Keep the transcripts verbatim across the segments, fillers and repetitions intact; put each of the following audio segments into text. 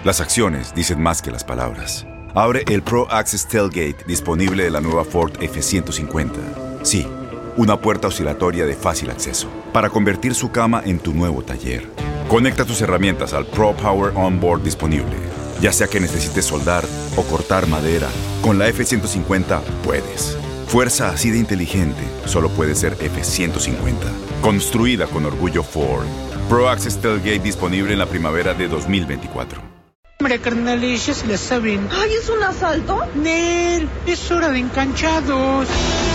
Las acciones dicen más que las palabras. Abre el Pro Access Tailgate disponible de la nueva Ford F ciento cincuenta. Sí, una puerta oscilatoria de fácil acceso para convertir su cama en tu nuevo taller. Conecta tus herramientas al Pro Power Onboard disponible. Ya sea que necesites soldar o cortar madera, con la F ciento cincuenta puedes. Fuerza así de inteligente solo puede ser F ciento cincuenta. Construida con orgullo Ford. Pro Access Tailgate disponible en la primavera de dos mil veinticuatro. Hombre, carnales, ya se la saben. ¡Ay, es un asalto! Nel, es hora de enganchados.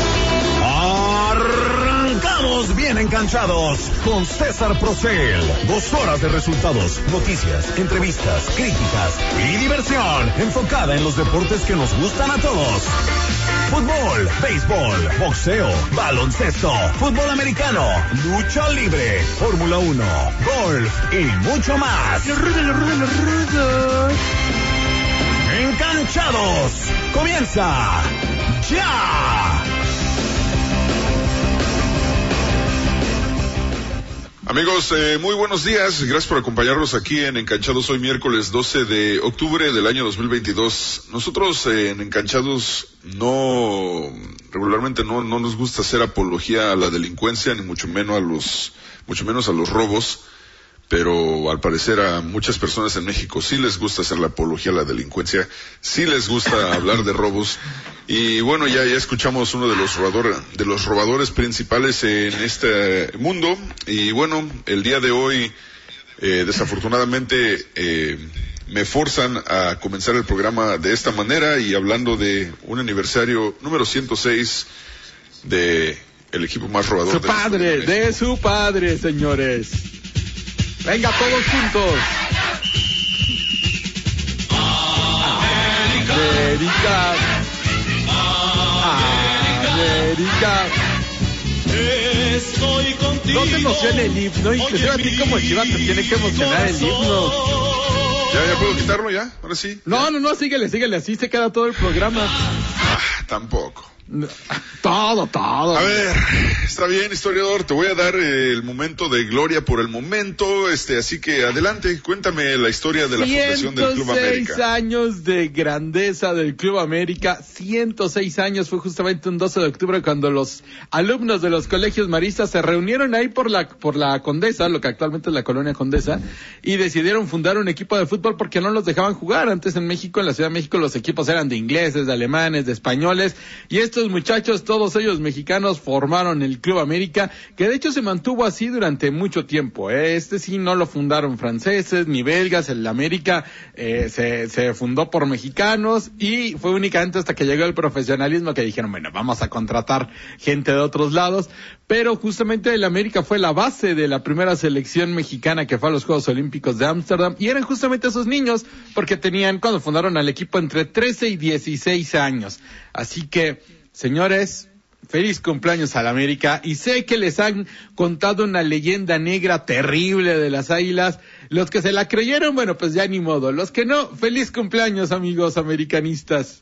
Arrancamos bien enganchados con César Procel. Dos horas de resultados, noticias, entrevistas, críticas y diversión enfocada en los deportes que nos gustan a todos. Fútbol, béisbol, boxeo, baloncesto, fútbol americano, lucha libre, Fórmula uno, golf y mucho más. Los rudos, los rudos, los rudos. Enganchados, comienza ya. Amigos, eh, muy buenos días. Gracias por acompañarnos aquí en Enganchados hoy miércoles doce de octubre del año dos mil veintidós. Nosotros eh, en Enganchados no, regularmente no, no nos gusta hacer apología a la delincuencia, ni mucho menos a los, mucho menos a los robos. Pero al parecer a muchas personas en México sí les gusta hacer la apología a la delincuencia, sí les gusta hablar de robos. Y bueno, ya, ya escuchamos uno de los robadores, de los robadores principales en este mundo. Y bueno, el día de hoy, eh, desafortunadamente, eh, me forzan a comenzar el programa de esta manera y hablando de un aniversario número ciento seis de el equipo más robador. Su de padre, de su padre, señores. Venga, todos juntos. América. América. Estoy contigo. No te emociona el himno, inclusive a ti como Chivas te tiene que emocionar el himno. ¿Ya, ya puedo quitarlo ya? Ahora sí. No, no, no, síguele, síguele, así se queda todo el programa. Ah, tampoco. Todo, todo. A ver, está bien, historiador, te voy a dar eh, el momento de gloria por el momento, este, así que adelante, cuéntame la historia de la fundación del Club América. ciento seis años de grandeza del Club América, ciento seis años, fue justamente un doce de octubre cuando los alumnos de los colegios maristas se reunieron ahí por la, por la Condesa, lo que actualmente es la Colonia Condesa, y decidieron fundar un equipo de fútbol porque no los dejaban jugar. Antes en México, en la Ciudad de México, los equipos eran de ingleses, de alemanes, de españoles, y estos muchachos, todos ellos mexicanos, formaron el Club América, que de hecho se mantuvo así durante mucho tiempo. ¿eh? Este sí no lo fundaron franceses ni belgas, el América eh, se, se fundó por mexicanos y fue únicamente hasta que llegó el profesionalismo que dijeron, bueno, vamos a contratar gente de otros lados, pero justamente el América fue la base de la primera selección mexicana que fue a los Juegos Olímpicos de Ámsterdam y eran justamente esos niños porque tenían, cuando fundaron al equipo, entre trece y dieciséis años. Así que, señores, feliz cumpleaños al América, y sé que les han contado una leyenda negra terrible de las Águilas. Los que se la creyeron, bueno, pues ya ni modo. Los que no, feliz cumpleaños, amigos americanistas.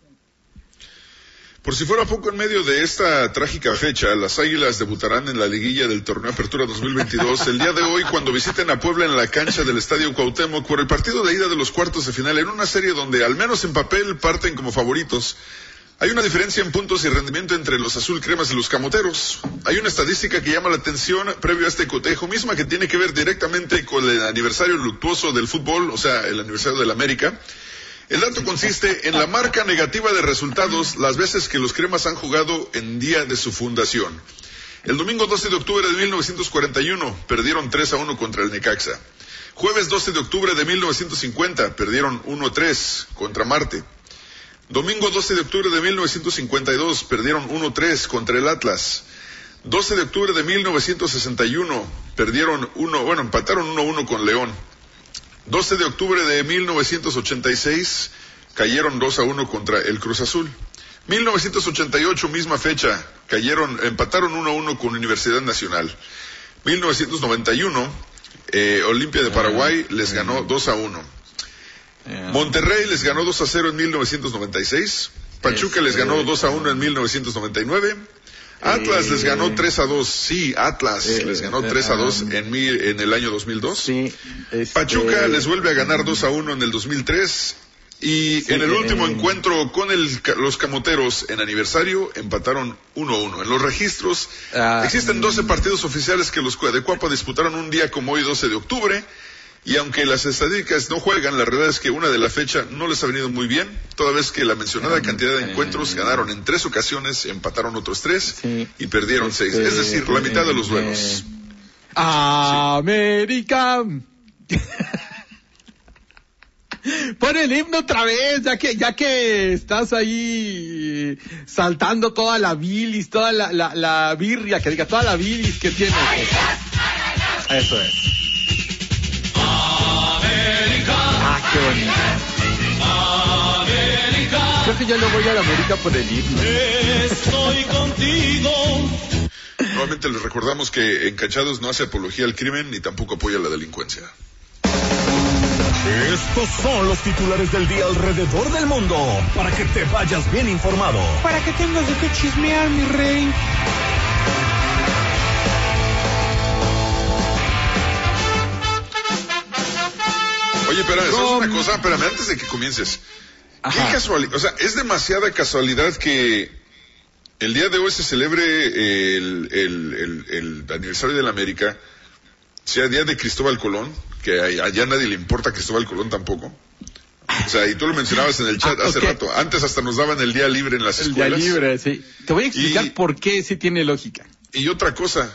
Por si fuera poco, en medio de esta trágica fecha, las Águilas debutarán en la liguilla del Torneo Apertura dos mil veintidós el día de hoy cuando visiten a Puebla en la cancha del Estadio Cuauhtémoc por el partido de ida de los cuartos de final en una serie donde, al menos en papel, parten como favoritos. Hay una diferencia en puntos y rendimiento entre los azul cremas y los camoteros. Hay una estadística que llama la atención previo a este cotejo, misma que tiene que ver directamente con el aniversario luctuoso del fútbol, o sea, el aniversario del América. El dato consiste en la marca negativa de resultados las veces que los cremas han jugado en día de su fundación. El domingo doce de octubre de mil novecientos cuarenta y uno perdieron tres a uno contra el Necaxa. Jueves doce de octubre de mil novecientos cincuenta perdieron uno a tres contra Marte. Domingo doce de octubre de mil novecientos cincuenta y dos perdieron uno a tres contra el Atlas. doce de octubre de mil novecientos sesenta y uno perdieron uno, bueno, empataron uno a uno con León. doce de octubre de mil novecientos ochenta y seis cayeron dos a uno contra el Cruz Azul. mil novecientos ochenta y ocho, misma fecha, cayeron, empataron uno a uno con Universidad Nacional. mil novecientos noventa y uno, eh, Olimpia de Paraguay les ganó dos a uno. Monterrey les ganó dos a cero en mil novecientos noventa y seis. Pachuca les ganó dos a uno en mil novecientos noventa y nueve. Atlas eh, les ganó tres a dos, sí, Atlas eh, les ganó eh, tres a dos um, en, mi, en el año dos mil dos. Sí. Este... Pachuca les vuelve a ganar dos a uno en el dos mil tres. Y sí, en el último eh, encuentro con el, los Camoteros en aniversario empataron uno a uno. En los registros uh, existen doce partidos oficiales que los de Cuapa disputaron un día como hoy, doce de octubre. Y aunque las estadísticas no juegan, la realidad es que una de la fecha no les ha venido muy bien, toda vez que la mencionada cantidad de encuentros ganaron en tres ocasiones, empataron otros tres sí, y perdieron este, seis. Es decir, la mitad de los duelos. América. Sí. Pon el himno otra vez, ya que ya que estás ahí saltando toda la bilis, toda la, la, la birria, que diga, toda la bilis que tienes. Eso es. Ah, qué bonito. América. Creo que yo le voy a la América por el himno. Estoy contigo. Nuevamente les recordamos que Encanchados no hace apología al crimen ni tampoco apoya la delincuencia. Estos son los titulares del día alrededor del mundo, para que te vayas bien informado. Para que tengas de qué chismear, mi rey. Oye, espera, eso es una cosa, espérame, antes de que comiences. Ajá. Qué casualidad, o sea, es demasiada casualidad que el día de hoy se celebre el, el, el, el aniversario de la América, sea día de Cristóbal Colón, que allá nadie le importa a Cristóbal Colón tampoco. O sea, y tú lo mencionabas en el chat ah, hace okay. rato. Antes hasta nos daban el día libre en las el escuelas. El día libre, sí. Te voy a explicar y, por qué sí tiene lógica. Y otra cosa.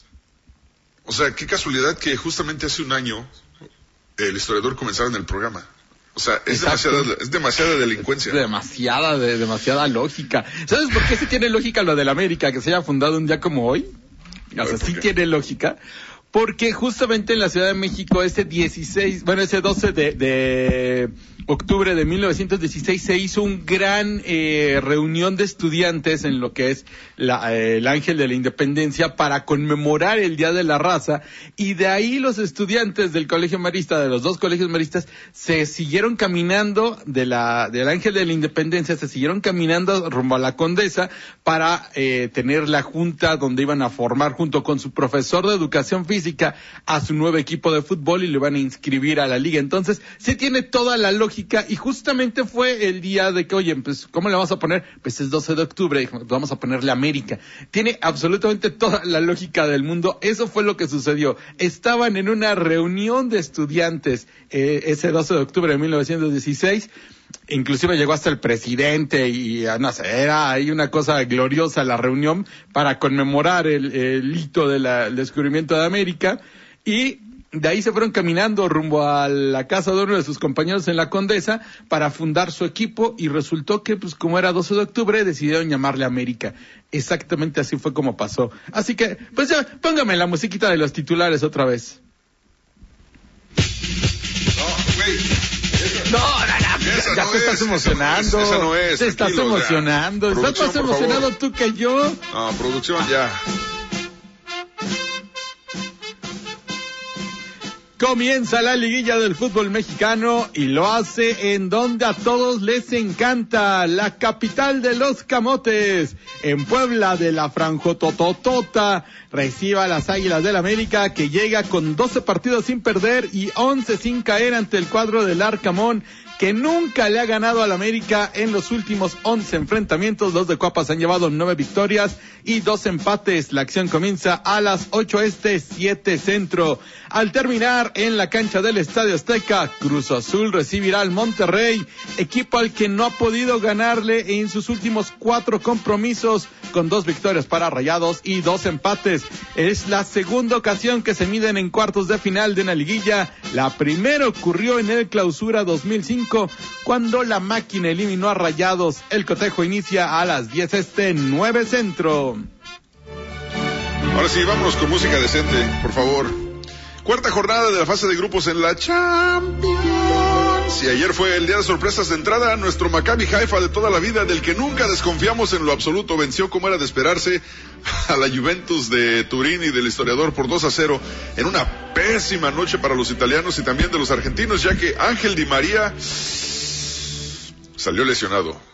O sea, qué casualidad que justamente hace un año el historiador comenzaba en el programa. O sea, es demasiada, es demasiada delincuencia. Demasiada, de, demasiada lógica. ¿Sabes por qué sí tiene lógica lo del América, que se haya fundado un día como hoy? O sea, sí tiene lógica. Porque justamente en la Ciudad de México ese dieciséis, bueno, ese doce de, de octubre de mil novecientos dieciséis se hizo un gran eh, reunión de estudiantes en lo que es la, eh, el Ángel de la Independencia para conmemorar el Día de la Raza, y de ahí los estudiantes del Colegio Marista, de los dos colegios maristas, se siguieron caminando de la del Ángel de la Independencia, se siguieron caminando rumbo a la Condesa para eh, tener la junta donde iban a formar junto con su profesor de educación física a su nuevo equipo de fútbol y le van a inscribir a la liga. Entonces, sí tiene toda la lógica, y justamente fue el día de que, oye, pues, ¿cómo le vamos a poner? Pues es doce de octubre, vamos a ponerle América. Tiene absolutamente toda la lógica del mundo. Eso fue lo que sucedió. Estaban en una reunión de estudiantes eh, ese doce de octubre de mil novecientos dieciséis. Inclusive llegó hasta el presidente y no sé, era ahí una cosa gloriosa la reunión para conmemorar el, el hito del descubrimiento de América, y de ahí se fueron caminando rumbo a la casa de uno de sus compañeros en la Condesa para fundar su equipo, y resultó que, pues, como era doce de octubre, decidieron llamarle América. Exactamente así fue como pasó. Así que, pues ya, póngame la musiquita de los titulares otra vez. No, güey. No, no, no, ya, ya no te es, estás emocionando. Esa no es, te estás emocionando. Ya. Estás más emocionado favor. Tú que yo. No, producción ya. Comienza la liguilla del fútbol mexicano y lo hace en donde a todos les encanta, la capital de los camotes, en Puebla de la Franjotototota. Recibe a las Águilas del América, que llega con doce partidos sin perder y once sin caer ante el cuadro del Arcamón, que nunca le ha ganado al América en los últimos once enfrentamientos. Los de Cuapas han llevado nueve victorias y dos empates. La acción comienza a las ocho este, siete centro. Al terminar en la cancha del Estadio Azteca, Cruz Azul recibirá al Monterrey, equipo al que no ha podido ganarle en sus últimos cuatro compromisos, con dos victorias para Rayados y dos empates. Es la segunda ocasión que se miden en cuartos de final de una liguilla. La primera ocurrió en el Clausura dos mil cinco, cuando la máquina eliminó a Rayados. El cotejo inicia a las diez este, nueve centro. Ahora sí, vámonos con música decente, por favor. Cuarta jornada de la fase de grupos en la Champions. Y ayer fue el día de sorpresas de entrada. Nuestro Maccabi Haifa de toda la vida, del que nunca desconfiamos en lo absoluto, venció, como era de esperarse, a la Juventus de Turín y del historiador por dos a cero, en una pésima noche para los italianos y también de los argentinos, ya que Ángel Di María salió lesionado.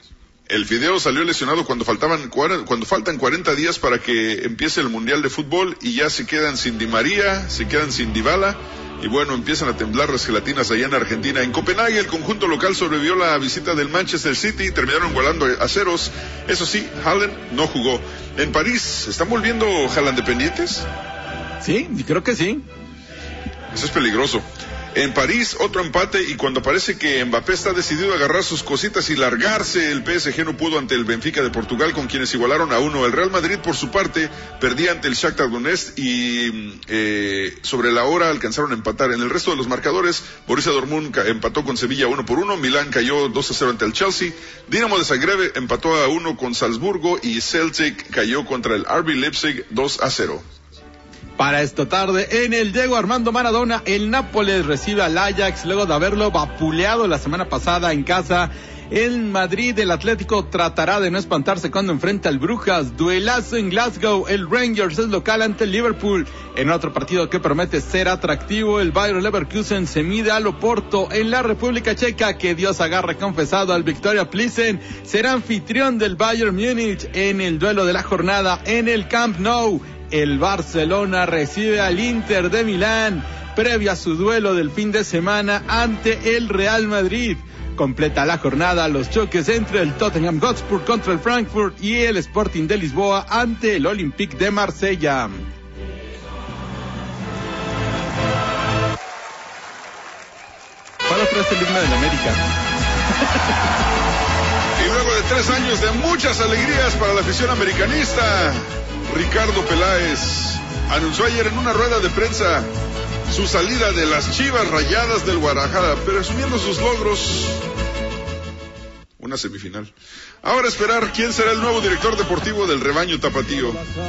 El Fideo salió lesionado cuando faltaban cuando faltan cuarenta días para que empiece el Mundial de Fútbol y ya se quedan sin Di María, se quedan sin Dybala y bueno, empiezan a temblar las gelatinas allá en Argentina. En Copenhague el conjunto local sobrevivió la visita del Manchester City, terminaron igualando a ceros. Eso sí, Haaland no jugó. En París, ¿están volviendo Haaland dependientes? Sí, creo que sí. Eso es peligroso. En París, otro empate y cuando parece que Mbappé está decidido a agarrar sus cositas y largarse, el P S G no pudo ante el Benfica de Portugal, con quienes igualaron a uno. El Real Madrid, por su parte, perdía ante el Shakhtar Donetsk y eh, sobre la hora alcanzaron a empatar. En el resto de los marcadores, Borussia Dortmund empató con Sevilla uno por uno, Milán cayó dos a cero ante el Chelsea, Dinamo de Zagreb empató a uno con Salzburgo y Celtic cayó contra el R B Leipzig dos a cero. Para esta tarde, en el Diego Armando Maradona, el Nápoles recibe al Ajax luego de haberlo vapuleado la semana pasada en casa. En Madrid, el Atlético tratará de no espantarse cuando enfrenta al Brujas. Duelazo en Glasgow, el Rangers es local ante el Liverpool. En otro partido que promete ser atractivo, el Bayer Leverkusen se mide al Oporto. En la República Checa, que Dios agarre confesado al Victoria Plissen, será anfitrión del Bayern Múnich en el duelo de la jornada en el Camp Nou. El Barcelona recibe al Inter de Milán, previo a su duelo del fin de semana ante el Real Madrid. Completa la jornada los choques entre el Tottenham Hotspur contra el Frankfurt y el Sporting de Lisboa ante el Olympique de Marsella. ¿Cuál otra es el himno de la América? Y luego de tres años de muchas alegrías para la afición americanista, Ricardo Peláez anunció ayer en una rueda de prensa su salida de las Chivas Rayadas del Guadalajara, presumiendo sus logros. Una semifinal. Ahora esperar quién será el nuevo director deportivo del rebaño tapatío.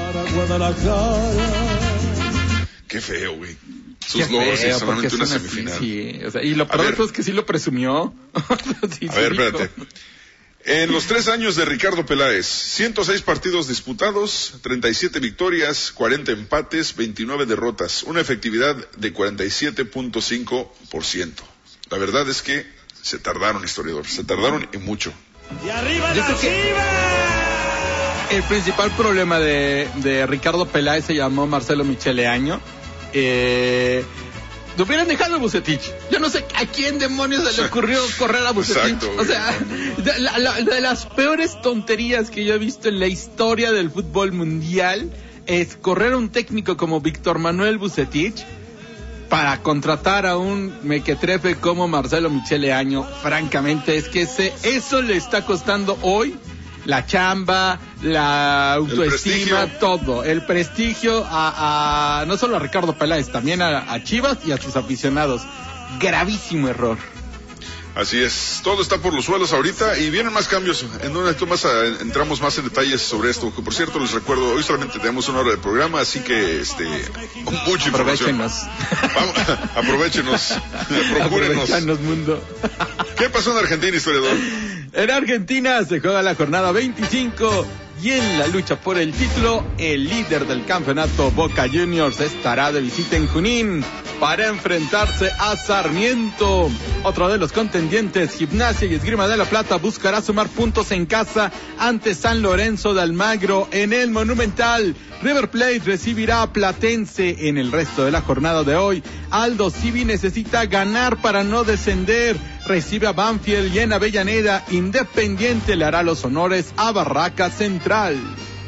Qué feo, güey. Sus Qué logros feo, y solamente una así, semifinal. sí, o sea, y lo peor es que sí lo presumió. sí, a ver, dijo. espérate. En los tres años de Ricardo Peláez, ciento seis partidos disputados, treinta y siete victorias, cuarenta empates, veintinueve derrotas, una efectividad de cuarenta y siete punto cinco por ciento. La verdad es que se tardaron, historiador, se tardaron y mucho. ¡Y arriba Yo la creo que Chivas! el principal problema de, de Ricardo Peláez se llamó Marcelo Michele Año. Eh... Lo hubieran dejado a Vucetich. Yo no sé a quién demonios se le ocurrió correr a Vucetich. Exacto, o sea, de, la, la, de las peores tonterías que yo he visto en la historia del fútbol mundial es correr a un técnico como Víctor Manuel Vucetich para contratar a un mequetrefe como Marcelo Michele Año. Francamente, es que ese, eso le está costando hoy la chamba, la autoestima, todo, el prestigio a, a no solo a Ricardo Peláez, también a, a Chivas y a sus aficionados. Gravísimo error. Así es, todo está por los suelos ahorita y vienen más cambios. En un momento más a, entramos más en detalles sobre esto, que por cierto les recuerdo, hoy solamente tenemos una hora de programa, así que este mucha información. Aprovéchenos. Vamos, aprovéchenos, procúrenos. Aprovéchanos, mundo. ¿Qué pasó en Argentina, historiador? En Argentina se juega la jornada veinticinco y en la lucha por el título, el líder del campeonato, Boca Juniors, estará de visita en Junín para enfrentarse a Sarmiento. Otro de los contendientes, Gimnasia y Esgrima de la Plata, buscará sumar puntos en casa ante San Lorenzo de Almagro en el Monumental. River Plate recibirá a Platense en el resto de la jornada de hoy. Aldo Civi necesita ganar para no descender. Recibe a Banfield y en Avellaneda, Independiente le hará los honores a Barraca Central.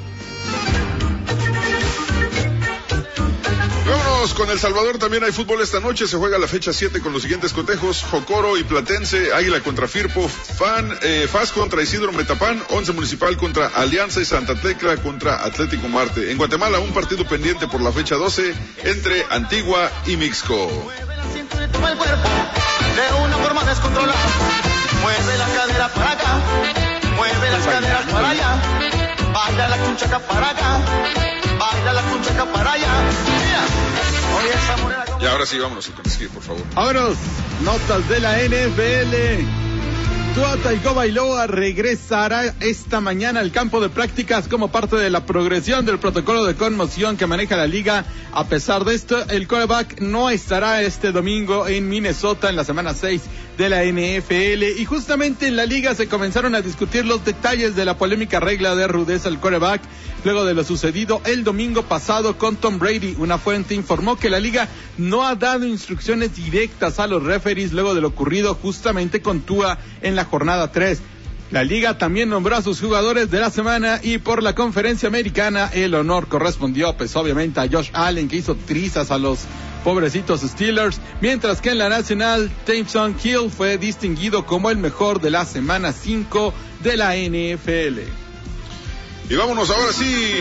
Vámonos con El Salvador, también hay fútbol esta noche, se juega la fecha siete con los siguientes cotejos: Jocoro y Platense, Águila contra Firpo, Fan, eh, F A S contra Isidro Metapán, Once Municipal contra Alianza y Santa Tecla contra Atlético Marte. En Guatemala, un partido pendiente por la fecha doce entre Antigua y Mixco. Toma el cuerpo de una forma descontrolada. Mueve la cadera para acá, mueve las caderas para allá. Baila la chunchaca para acá, baila la chunchaca para allá. Mira, oye esa morena. Y ahora sí, vámonos al conseguir, por favor. Vámonos, notas de la N F L. Tua Tagovailoa regresará esta mañana al campo de prácticas como parte de la progresión del protocolo de conmoción que maneja la liga. A pesar de esto, el quarterback no estará este domingo en Minnesota en la semana seis de la N F L. Y justamente en la liga se comenzaron a discutir los detalles de la polémica regla de rudeza al quarterback, luego de lo sucedido el domingo pasado con Tom Brady. Una fuente informó que la liga no ha dado instrucciones directas a los referees luego de lo ocurrido justamente con Tua en la jornada tres. La liga también nombró a sus jugadores de la semana y por la conferencia americana el honor correspondió pues obviamente a Josh Allen, que hizo trizas a los pobrecitos Steelers, mientras que en la nacional Taysom Hill fue distinguido como el mejor de la semana cinco de la N F L. Y vámonos ahora sí.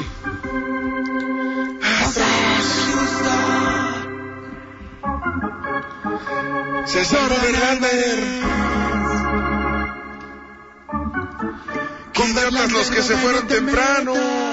César Verlander. Condemnas los que se fueron temprano.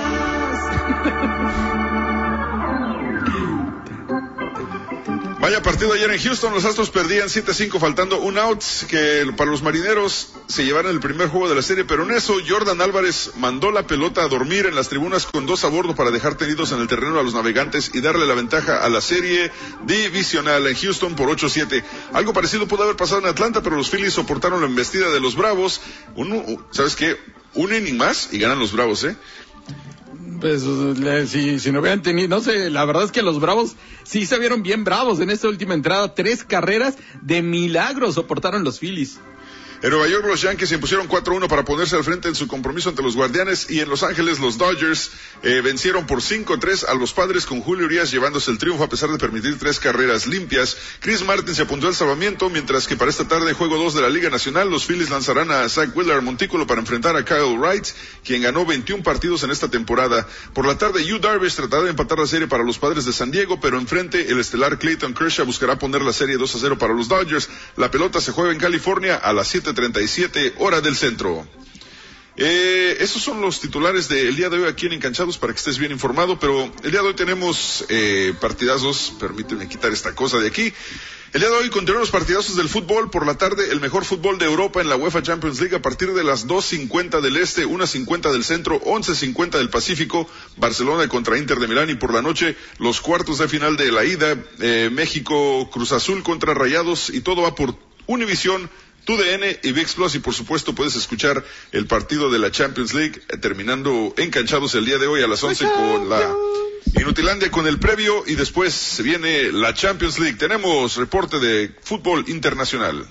Vaya partido ayer en Houston, los Astros perdían siete a cinco faltando un out, que para los marineros se llevaron el primer juego de la serie, pero en eso Jordan Álvarez mandó la pelota a dormir en las tribunas con dos a bordo para dejar tenidos en el terreno a los navegantes y darle la ventaja a la serie divisional en Houston por ocho a siete. Algo parecido pudo haber pasado en Atlanta, pero los Phillies soportaron la embestida de los Bravos. Un, ¿sabes qué? Un inning más y ganan los Bravos, ¿eh? Pues si, si no hubieran tenido, no sé, la verdad es que los Bravos sí se vieron bien bravos en esta última entrada. Tres carreras de milagro soportaron los Phillies. En Nueva York los Yankees se impusieron cuatro a uno para ponerse al frente en su compromiso ante los Guardianes, y en Los Ángeles los Dodgers eh, vencieron por cinco a tres a los Padres, con Julio Urias llevándose el triunfo a pesar de permitir tres carreras limpias. Chris Martin se apuntó al salvamiento, mientras que para esta tarde, juego dos de la Liga Nacional, los Phillies lanzarán a Zach Wheeler Montículo para enfrentar a Kyle Wright, quien ganó veintiún partidos en esta temporada. Por la tarde, Yu Darvish tratará de empatar la serie para los Padres de San Diego, pero enfrente el estelar Clayton Kershaw buscará poner la serie dos a cero para los Dodgers. La pelota se juega en California a las siete treinta y siete hora del centro. Eh, esos son los titulares del día de hoy aquí en Encanchados, para que estés bien informado, pero el día de hoy tenemos eh, partidazos. Permíteme quitar esta cosa de aquí. El día de hoy continúan los partidazos del fútbol. Por la tarde, el mejor fútbol de Europa en la UEFA Champions League a partir de las dos cincuenta del este, una cincuenta del centro, once cincuenta del Pacífico, Barcelona contra Inter de Milán. Y por la noche, los cuartos de final de la ida, eh, México, Cruz Azul contra Rayados, y todo va por Univisión, Tu D N y ViX Plus, y por supuesto puedes escuchar el partido de la Champions League eh, terminando Encanchados el día de hoy a las once con la Inutilandia con el previo, y después se viene la Champions League. Tenemos reporte de fútbol internacional.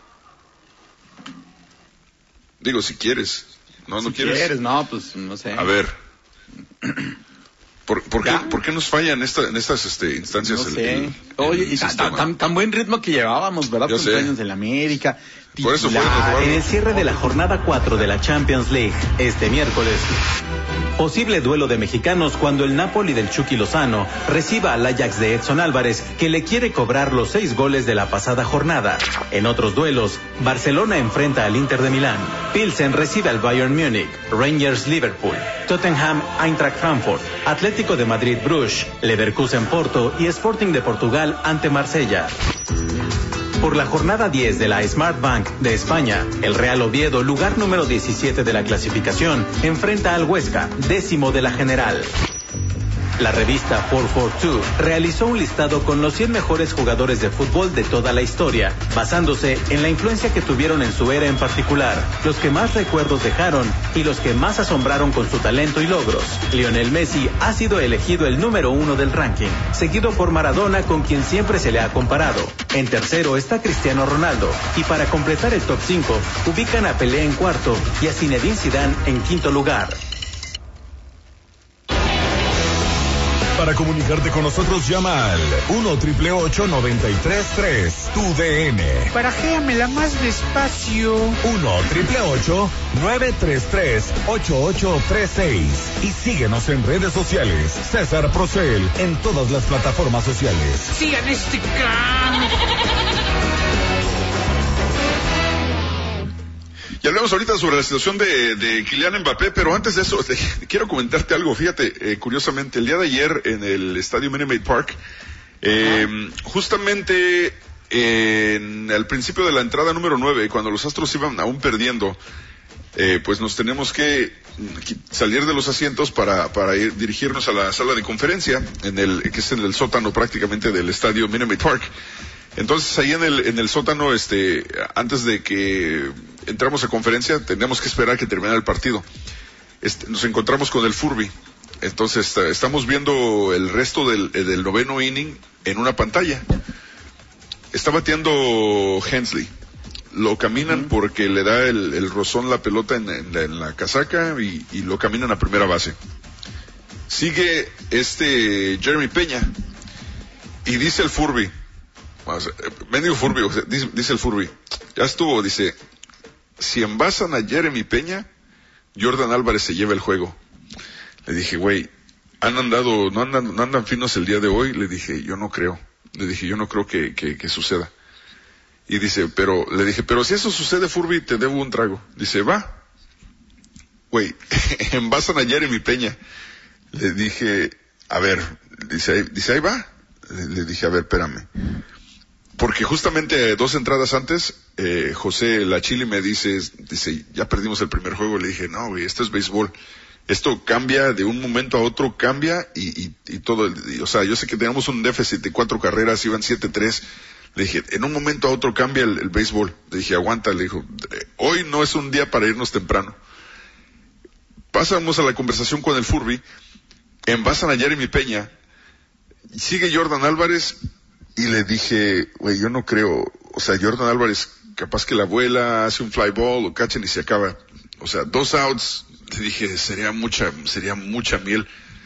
Digo, si quieres. No, no si quieres. quieres, no, pues no sé. A ver. ¿Por, por, qué, ¿Por qué nos fallan esta, en estas este, instancias? No el, sé. el, Oye, el y tan, tan, tan buen ritmo que llevábamos, ¿verdad? Yo sé. Años en la América. Por eso fue En el cierre de la jornada cuatro de la Champions League, este miércoles, posible duelo de mexicanos cuando el Napoli del Chucky Lozano reciba al Ajax de Edson Álvarez, que le quiere cobrar los seis goles de la pasada jornada. En otros duelos, Barcelona enfrenta al Inter de Milán, Pilsen recibe al Bayern Múnich, Rangers Liverpool, Tottenham Eintracht Frankfurt, Atlético de Madrid Bruges, Leverkusen Porto y Sporting de Portugal ante Marsella. Por la jornada diez de la Smart Bank de España, el Real Oviedo, lugar número diecisiete de la clasificación, enfrenta al Huesca, décimo de la general. La revista cuatrocientos cuarenta y dos realizó un listado con los cien mejores jugadores de fútbol de toda la historia, basándose en la influencia que tuvieron en su era en particular, los que más recuerdos dejaron y los que más asombraron con su talento y logros. Lionel Messi ha sido elegido el número uno del ranking, seguido por Maradona, con quien siempre se le ha comparado. En tercero está Cristiano Ronaldo, y para completar el top cinco, ubican a Pelé en cuarto y a Zinedine Zidane en quinto lugar. Para comunicarte con nosotros, llama al uno, ocho ocho ocho, nueve tres tres, Tu D N. Barajéamela más despacio. uno, ocho ocho ocho, nueve tres tres, ocho ocho tres seis. Y síguenos en redes sociales. César Procel en todas las plataformas sociales. Sigan este can. Y hablamos ahorita sobre la situación de, de Kylian Mbappé, pero antes de eso, te, quiero comentarte algo. Fíjate, eh, curiosamente, el día de ayer en el estadio Minute Maid Park, eh, justamente eh, en, al principio de la entrada número nueve, cuando los Astros iban aún perdiendo, eh, pues nos tenemos que salir de los asientos para, para ir, dirigirnos a la sala de conferencia, en el, que es en el sótano prácticamente del estadio Minute Maid Park. Entonces ahí en el, en el sótano, este, antes de que entramos a conferencia, teníamos que esperar que terminara el partido. Este, nos encontramos con el Furby. Entonces estamos viendo el resto del, del noveno inning en una pantalla. Está bateando Hensley. Lo caminan porque le da el, el rozón la pelota en, en, la, en la casaca y, y lo caminan a primera base. Sigue este Jeremy Peña y dice el Furby, mendigo Furby, o sea, dice, dice el Furby, ya estuvo, dice, si envasan a Jeremy Peña, Jordan Álvarez se lleva el juego. Le dije, güey, han andado, no andan, no andan finos el día de hoy. Le dije, yo no creo. Le dije, yo no creo que, que, que suceda. Y dice, pero, le dije, pero si eso sucede, Furby, te debo un trago. Dice, va. Güey, envasan a Jeremy Peña. Le dije, a ver, dice, dice, ahí va. Le, le dije, a ver, espérame. Porque justamente dos entradas antes, eh, José La Chili me dice, dice, ya perdimos el primer juego. Le dije, no, güey, esto es béisbol. Esto cambia de un momento a otro, cambia y, y, y todo. El, y, o sea, yo sé que teníamos un déficit de cuatro carreras, iban siete tres. Le dije, en un momento a otro cambia el, el béisbol. Le dije, aguanta, le dijo, hoy no es un día para irnos temprano. Pasamos a la conversación con el Furby, envasan a Jeremy Peña, sigue Jordan Álvarez, y le dije, güey, yo no creo, o sea, Jordan Álvarez capaz que la vuela, hace un fly ball, lo cachan y se acaba. O sea, dos outs, le dije, sería mucha, sería mucha miel.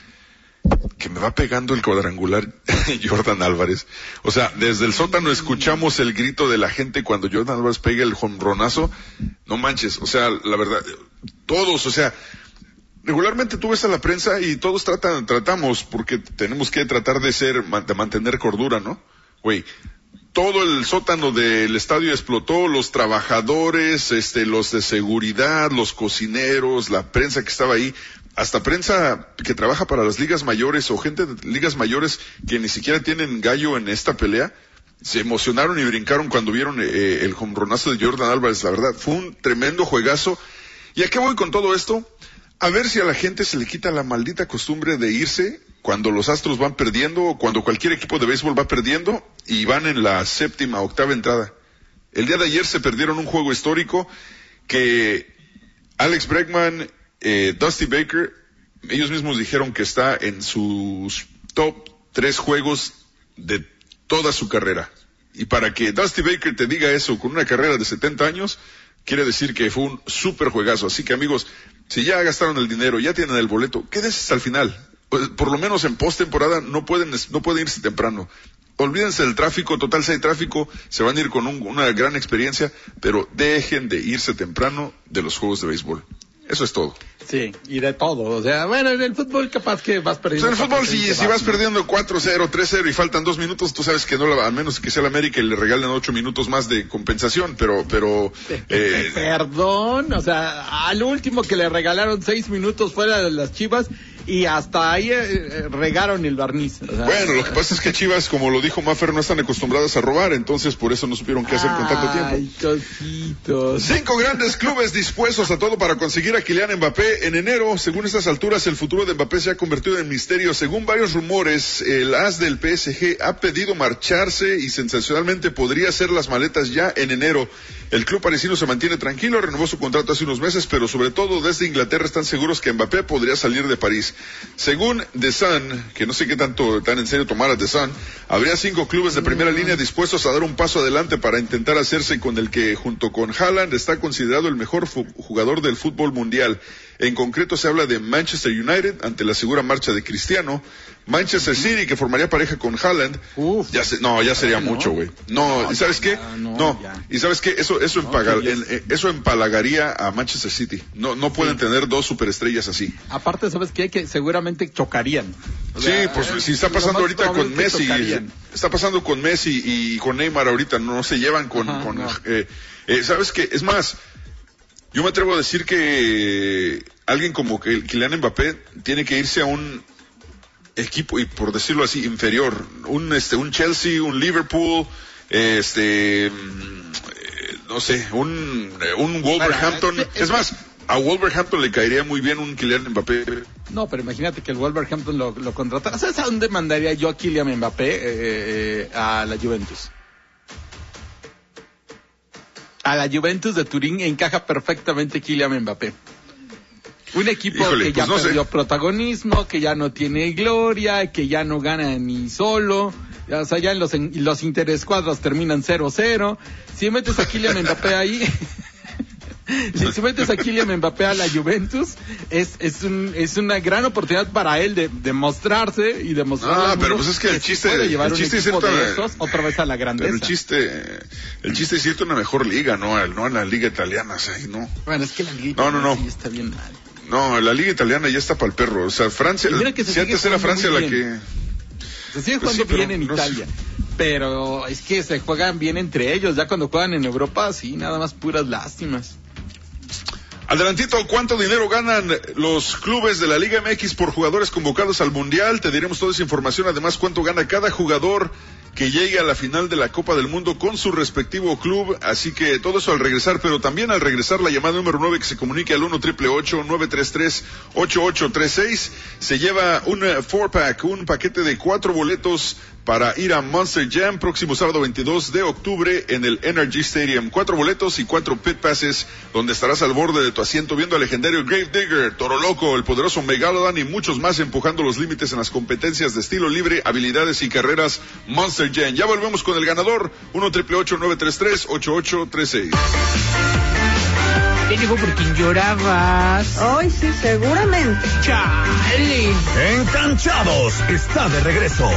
Que me va pegando el cuadrangular Jordan Álvarez. O sea, desde el sótano escuchamos el grito de la gente cuando Jordan Álvarez pega el jonronazo. No manches, o sea, la verdad, todos, o sea, regularmente tú ves a la prensa y todos tratan, tratamos, porque tenemos que tratar de ser, de mantener cordura, ¿no? Güey, todo el sótano del estadio explotó, los trabajadores, este, los de seguridad, los cocineros, la prensa que estaba ahí, hasta prensa que trabaja para las ligas mayores o gente de ligas mayores que ni siquiera tienen gallo en esta pelea, se emocionaron y brincaron cuando vieron eh, el jonronazo de Jordan Álvarez. La verdad, fue un tremendo juegazo. ¿Y a qué voy con todo esto? A ver si a la gente se le quita la maldita costumbre de irse cuando los Astros van perdiendo o cuando cualquier equipo de béisbol va perdiendo y van en la séptima, octava entrada. El día de ayer se perdieron un juego histórico que Alex Bregman, eh, Dusty Baker, ellos mismos dijeron que está en sus top tres juegos de toda su carrera. Y para que Dusty Baker te diga eso con una carrera de setenta años, quiere decir que fue un súper juegazo. Así que amigos, si ya gastaron el dinero, ya tienen el boleto, quédense hasta el final. Pues, por lo menos en postemporada no pueden, no pueden irse temprano. Olvídense del tráfico, total si hay tráfico, se van a ir con un, una gran experiencia, pero dejen de irse temprano de los juegos de béisbol. Eso es todo. Sí, y de todo. O sea, bueno, en el fútbol capaz que vas perdiendo. O sea, en el fútbol, si, si vas perdiendo cuatro cero, tres cero y faltan dos minutos, tú sabes que no, la, al menos que sea el América y le regalen ocho minutos más de compensación, pero, pero, eh... Perdón, o sea, al último que le regalaron seis minutos fuera de las Chivas, y hasta ahí eh, regaron el barniz. O sea, bueno, lo que pasa es que Chivas, como lo dijo Maffer, no están acostumbradas a robar, entonces por eso no supieron qué hacer con tanto tiempo. Ay, cositos. Cinco grandes clubes dispuestos a todo para conseguir a Kylian Mbappé en enero. Según estas alturas, el futuro de Mbappé se ha convertido en misterio. Según varios rumores, el as del P S G ha pedido marcharse y sensacionalmente podría hacer las maletas ya en enero. El club parisino se mantiene tranquilo, renovó su contrato hace unos meses, pero sobre todo desde Inglaterra están seguros que Mbappé podría salir de París. Según The Sun, que no sé qué tanto tan en serio tomara The Sun, habría cinco clubes de primera línea dispuestos a dar un paso adelante para intentar hacerse con el que, junto con Haaland, está considerado el mejor jugador del fútbol mundial. En concreto se habla de Manchester United ante la segura marcha de Cristiano, Manchester City, que formaría pareja con Haaland. Uf, ya se, no, ya sería no. mucho, güey. No, no, ¿y sabes qué? No, no. ¿Y sabes qué? Eso, eso, no, empaga, en, eh, eso empalagaría a Manchester City. No, no pueden sí. tener dos superestrellas así. Aparte, ¿sabes qué? Que seguramente chocarían. O sea, sí, pues eh, si está pasando ahorita con Messi, está pasando con Messi y con Neymar ahorita, no se llevan con, Ajá, con, no. eh, eh, ¿sabes qué? Es más, yo me atrevo a decir que alguien como que Kylian Mbappé tiene que irse a un equipo, y por decirlo así, inferior, un este un Chelsea, un Liverpool, este, no sé, un un Wolverhampton. Bueno, es, es más, a Wolverhampton le caería muy bien un Kylian Mbappé. No, pero imagínate que el Wolverhampton lo, lo contratara. ¿Sabes a dónde mandaría yo a Kylian Mbappé? Eh, eh, a la Juventus. A la Juventus de Turín encaja perfectamente Kylian Mbappé. Un equipo Híjole, que ya pues no perdió sé. protagonismo, que ya no tiene gloria, que ya no gana ni solo. O sea, ya en los, en, los interescuadros terminan cero cero. Si metes a Kylian Mbappé ahí... Si, si metes a Kylian Mbappé a la Juventus, es es un es una gran oportunidad para él de, de mostrarse y demostrar. Ah, pero pues es que el chiste, puede llevar el chiste un es equipo cierto, de esos otra vez a la grandeza. Pero el chiste, el chiste es irte a una mejor liga, no, no a la liga italiana, o sea, no. Bueno, es que la liga No, no, no. sí está bien mal. No, la liga italiana ya está para el perro, o sea, Francia, Y mira que se si sigue antes era jugando Francia muy la bien. que... Se sigue Pues jugando sí, pero bien en no Italia, sé. pero es que se juegan bien entre ellos. Ya cuando juegan en Europa, sí, nada más puras lástimas. Adelantito, ¿cuánto dinero ganan los clubes de la Liga M X por jugadores convocados al Mundial? Te diremos toda esa información, además cuánto gana cada jugador que llegue a la final de la Copa del Mundo con su respectivo club, así que todo eso al regresar, pero también al regresar la llamada número nueve que se comunique al uno triple ocho nueve tres tres ocho ocho tres seis, se lleva un four pack, un paquete de cuatro boletos para ir a Monster Jam próximo sábado veintidós de octubre en el Energy Stadium. Cuatro boletos y cuatro pit passes donde estarás al borde de tu asiento viendo al legendario Grave Digger, Toro Loco, el poderoso Megalodon y muchos más empujando los límites en las competencias de estilo libre, habilidades y carreras Monster Jam. Ya volvemos con el ganador, uno triple ocho nueve tres tres ocho ocho tres seis. Te digo por quien llorabas. Ay, sí, seguramente. Chale. Enganchados está de regreso.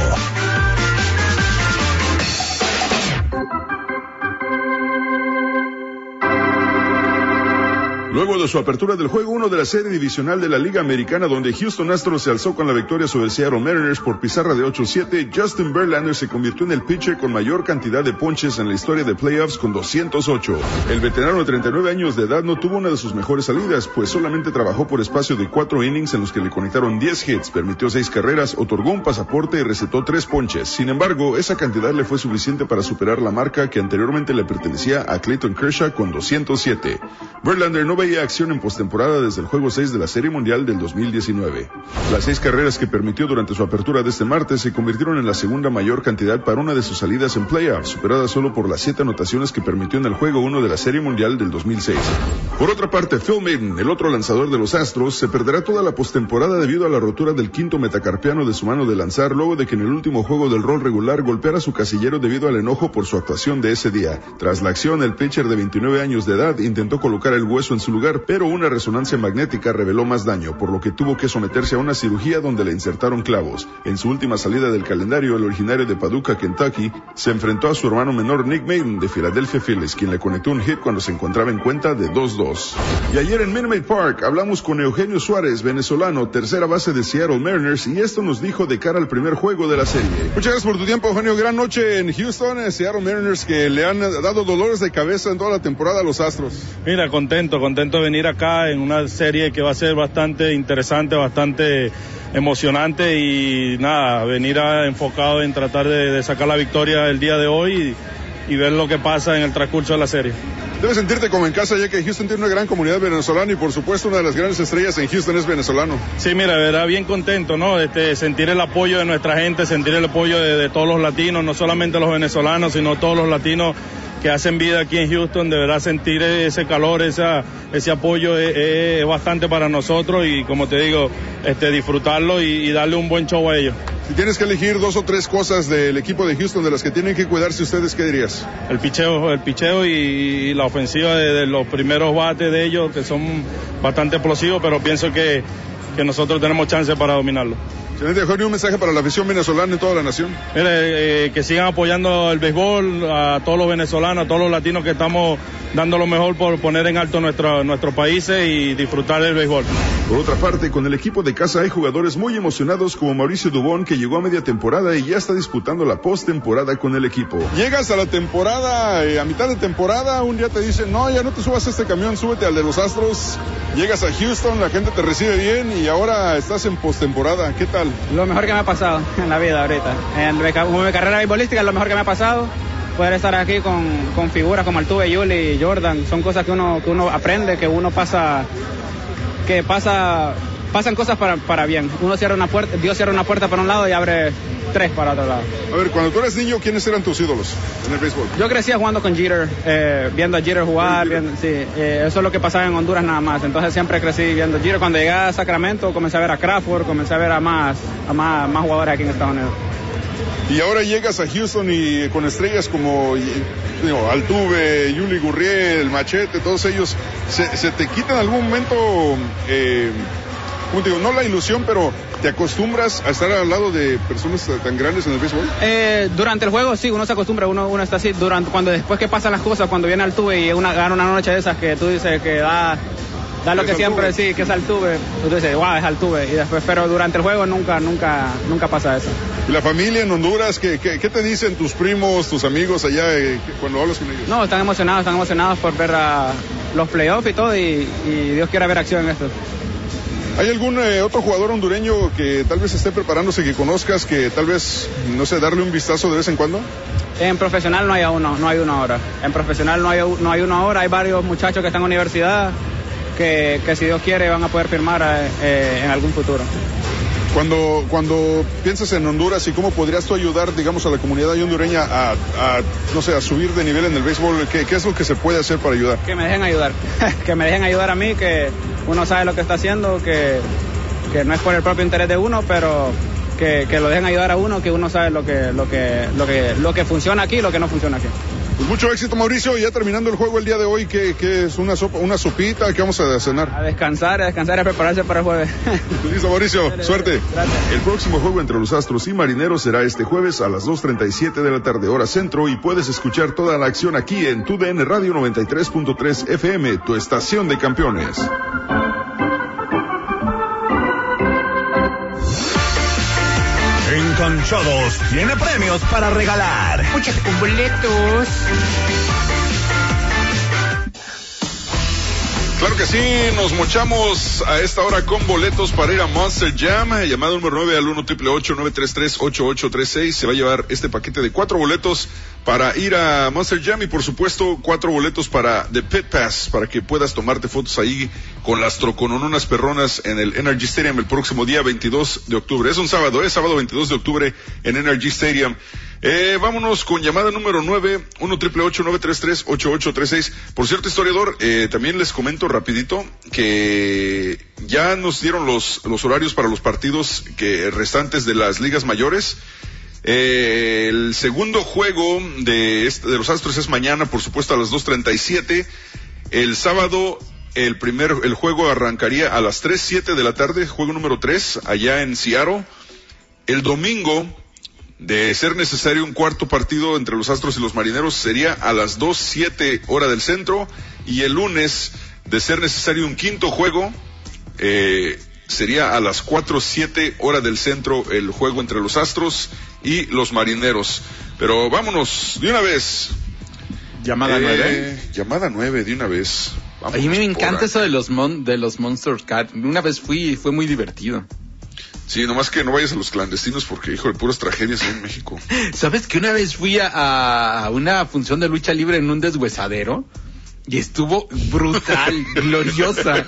Luego de su apertura del juego uno de la serie divisional de la Liga Americana, donde Houston Astros se alzó con la victoria sobre Seattle Mariners por pizarra de ocho siete, Justin Verlander se convirtió en el pitcher con mayor cantidad de ponches en la historia de playoffs con doscientos ocho. El veterano de treinta y nueve años de edad no tuvo una de sus mejores salidas, pues solamente trabajó por espacio de cuatro innings en los que le conectaron diez hits, permitió seis carreras, otorgó un pasaporte y recetó tres ponches. Sin embargo, esa cantidad le fue suficiente para superar la marca que anteriormente le pertenecía a Clayton Kershaw con doscientos siete. Verlander no veía acción en postemporada desde el juego seis de la Serie Mundial del dos mil diecinueve. Las seis carreras que permitió durante su apertura de este martes se convirtieron en la segunda mayor cantidad para una de sus salidas en playoffs, superada solo por las siete anotaciones que permitió en el juego uno de la Serie Mundial del dos mil seis. Por otra parte, Phil Maiden, el otro lanzador de los Astros, se perderá toda la postemporada debido a la rotura del quinto metacarpiano de su mano de lanzar luego de que en el último juego del rol regular golpeara su casillero debido al enojo por su actuación de ese día. Tras la acción, el pitcher de veintinueve años de edad intentó colocar el hueso en su lugar, pero una resonancia magnética reveló más daño, por lo que tuvo que someterse a una cirugía donde le insertaron clavos. En su última salida del calendario, el originario de Paducah, Kentucky, se enfrentó a su hermano menor Nick Maiden de Philadelphia Phillies, quien le conectó un hit cuando se encontraba en cuenta de dos dos. Y ayer en Minute Maid Park hablamos con Eugenio Suárez, venezolano, tercera base de Seattle Mariners, y esto nos dijo de cara al primer juego de la serie. Muchas gracias por tu tiempo, Eugenio. Gran noche en Houston, eh, Seattle Mariners, que le han dado dolores de cabeza en toda la temporada a los Astros. Mira, contento, contento de venir acá en una serie que va a ser bastante interesante, bastante emocionante y nada, venir a, enfocado en tratar de, de sacar la victoria el día de hoy y, y ver lo que pasa en el transcurso de la serie. Debes sentirte como en casa, ya que Houston tiene una gran comunidad venezolana y por supuesto una de las grandes estrellas en Houston es venezolano. Sí, mira, de verdad bien contento, ¿no? Este, sentir el apoyo de nuestra gente, sentir el apoyo de, de todos los latinos, no solamente los venezolanos, sino todos los latinos que hacen vida aquí en Houston. De verdad sentir ese calor, esa, ese apoyo es, es bastante para nosotros y como te digo, este, disfrutarlo y, y darle un buen show a ellos. Si tienes que elegir dos o tres cosas del equipo de Houston de las que tienen que cuidarse ustedes, ¿qué dirías? El picheo, el picheo y, y la ofensiva de, de los primeros bates de ellos, que son bastante explosivos, pero pienso que, que nosotros tenemos chance para dominarlo. Excelente, Jorge, un mensaje para la afición venezolana en toda la nación. Mire, eh, que sigan apoyando el béisbol, a todos los venezolanos, a todos los latinos que estamos dando lo mejor por poner en alto nuestro, nuestros países y disfrutar del béisbol. Por otra parte, con el equipo de casa hay jugadores muy emocionados como Mauricio Dubón, que llegó a media temporada y ya está disputando la postemporada con el equipo. Llegas a la temporada, eh, a mitad de temporada, un día te dicen, no, ya no te subas a este camión, súbete al de los Astros. Llegas a Houston, la gente te recibe bien y ahora estás en postemporada. ¿Qué tal? Lo mejor que me ha pasado en la vida ahorita. En mi carrera beisbolística es lo mejor que me ha pasado. Poder estar aquí con, con figuras como Altuve, Yuli, Jordan, son cosas que uno, que uno aprende, que uno pasa, que pasa pasan cosas para, para bien. Uno cierra una puerta, Dios cierra una puerta para un lado y abre tres para otro lado. A ver, cuando tú eras niño, ¿quiénes eran tus ídolos en el béisbol? Yo crecía jugando con Jeter, eh, viendo a Jeter jugar, viendo, sí, eh, eso es lo que pasaba en Honduras nada más. Entonces siempre crecí viendo a Jeter. Cuando llegué a Sacramento, comencé a ver a Crawford, comencé a ver a más, a más, más jugadores aquí en Estados Unidos. Y ahora llegas a Houston y con estrellas como digo, Altuve, Yuli Gurriel, el Machete, todos ellos, ¿se, se te quita en algún momento, eh, como te digo, no la ilusión, pero te acostumbras a estar al lado de personas tan grandes en el béisbol? Eh, durante el juego sí, uno se acostumbra, uno, uno está así, durante, cuando después que pasan las cosas, cuando viene Altuve y una, gana una noche de esas que tú dices que da... Da lo que siempre sí, que es Altuve, tú dices, wow, es Altuve, y después, pero durante el juego nunca, nunca, nunca pasa eso. ¿Y la familia en Honduras, qué, qué, qué te dicen tus primos, tus amigos allá eh, cuando hablas con ellos? No, están emocionados, están emocionados por ver a los playoffs y todo, y, y Dios quiera ver acción en esto. ¿Hay algún eh, otro jugador hondureño que tal vez esté preparándose, que conozcas, que tal vez, no sé, darle un vistazo de vez en cuando? En profesional no hay uno, no hay uno ahora. En profesional no hay, no hay uno ahora, hay varios muchachos que están en universidad, Que, que si Dios quiere van a poder firmar eh, en algún futuro. Cuando, cuando piensas en Honduras y cómo podrías tú ayudar, digamos, a la comunidad hondureña a, a no sé, a subir de nivel en el béisbol, ¿qué, qué es lo que se puede hacer para ayudar? Que me dejen ayudar, que me dejen ayudar a mí, que uno sabe lo que está haciendo, que, que no es por el propio interés de uno, pero que, que lo dejen ayudar a uno, que uno sabe lo que, lo que, lo que, lo que funciona aquí y lo que no funciona aquí. Pues mucho éxito, Mauricio. Ya terminando el juego el día de hoy, ¿qué, qué es? ¿Una sopa, una sopita? ¿Qué vamos a cenar? A descansar, a descansar y a prepararse para el jueves. Listo, Mauricio. Dale, suerte. Gracias. El próximo juego entre los Astros y Marineros será este jueves a las dos treinta y siete de la tarde, hora centro, y puedes escuchar toda la acción aquí en Tu D N Radio noventa y tres punto tres F M, tu estación de campeones. Enganchados tiene premios para regalar. Muchos boletos. Claro que sí, nos mochamos a esta hora con boletos para ir a Monster Jam. Llamada número nueve al uno triple ocho nueve tres tres ocho ocho tres seis. Se va a llevar este paquete de cuatro boletos para ir a Monster Jam y por supuesto cuatro boletos para The Pit Pass, para que puedas tomarte fotos ahí con las troconononas perronas en el N R G Stadium el próximo día veintidós de octubre. Es un sábado, es sábado veintidós de octubre en N R G Stadium. Eh, vámonos con llamada número nueve, uno triple ocho nueve tres tres ocho ocho tres seis. Por cierto, historiador, eh, también les comento rapidito que ya nos dieron los, los horarios para los partidos que restantes de las ligas mayores. Eh, el segundo juego de, este, de los Astros es mañana, por supuesto, a las dos treinta y siete. El sábado, el primer, el juego arrancaría a las tres siete de la tarde, juego número tres, allá en Seattle. El domingo, de ser necesario un cuarto partido entre los Astros y los Marineros, sería a las dos siete hora del centro, y el lunes, de ser necesario un quinto juego, eh, sería a las cuatro siete hora del centro el juego entre los Astros y los Marineros. Pero vámonos de una vez. Llamada eh, nueve. Llamada nueve de una vez. A mí me encanta eso de los mon, de los Monster Cat. Una vez fui y fue muy divertido. Sí, nomás que no vayas a los clandestinos porque, hijo de puras tragedias en México. ¿Sabes que una vez fui a, a una función de lucha libre en un deshuesadero? Y estuvo brutal, gloriosa.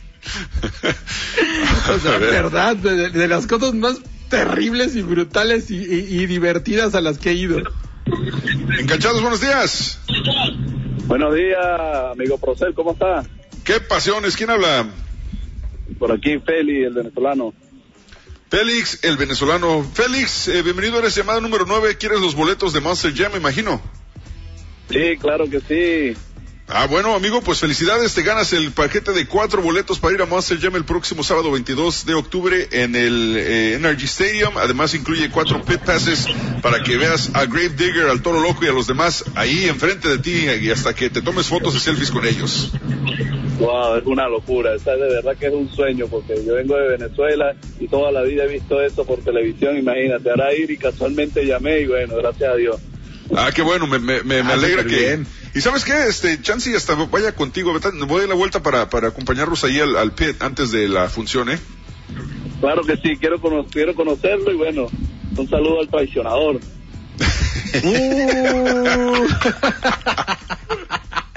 O sea, verdad, de, de las cosas más terribles y brutales y, y, y divertidas a las que he ido. Enganchados, buenos días. Buenos días, amigo Procel, ¿cómo está? ¿Qué pasiones? ¿Quién habla? Por aquí, Félix, el venezolano. Félix, el venezolano. Félix, eh, bienvenido, eres llamada número nueve. ¿Quieres los boletos de Monster Jam, me imagino? Sí, claro que sí. Ah, bueno, amigo, pues felicidades, te ganas el paquete de cuatro boletos para ir a Monster Jam el próximo sábado veintidós de octubre en el eh, N R G Stadium. Además incluye cuatro pit passes para que veas a Grave Digger, al Toro Loco y a los demás ahí enfrente de ti y hasta que te tomes fotos y selfies con ellos. Wow, es una locura, esa de verdad que es un sueño, porque yo vengo de Venezuela y toda la vida he visto eso por televisión, imagínate, ahora ir y casualmente llamé y bueno, gracias a Dios. Ah, qué bueno, me, me, me, ah, me alegra que... Bien. Y ¿sabes qué? Este, Chansey hasta vaya contigo, voy a dar la vuelta para, para acompañarlos ahí al, al pit antes de la función, ¿eh? Claro que sí, quiero, cono- quiero conocerlo y bueno, un saludo al traicionador. uh.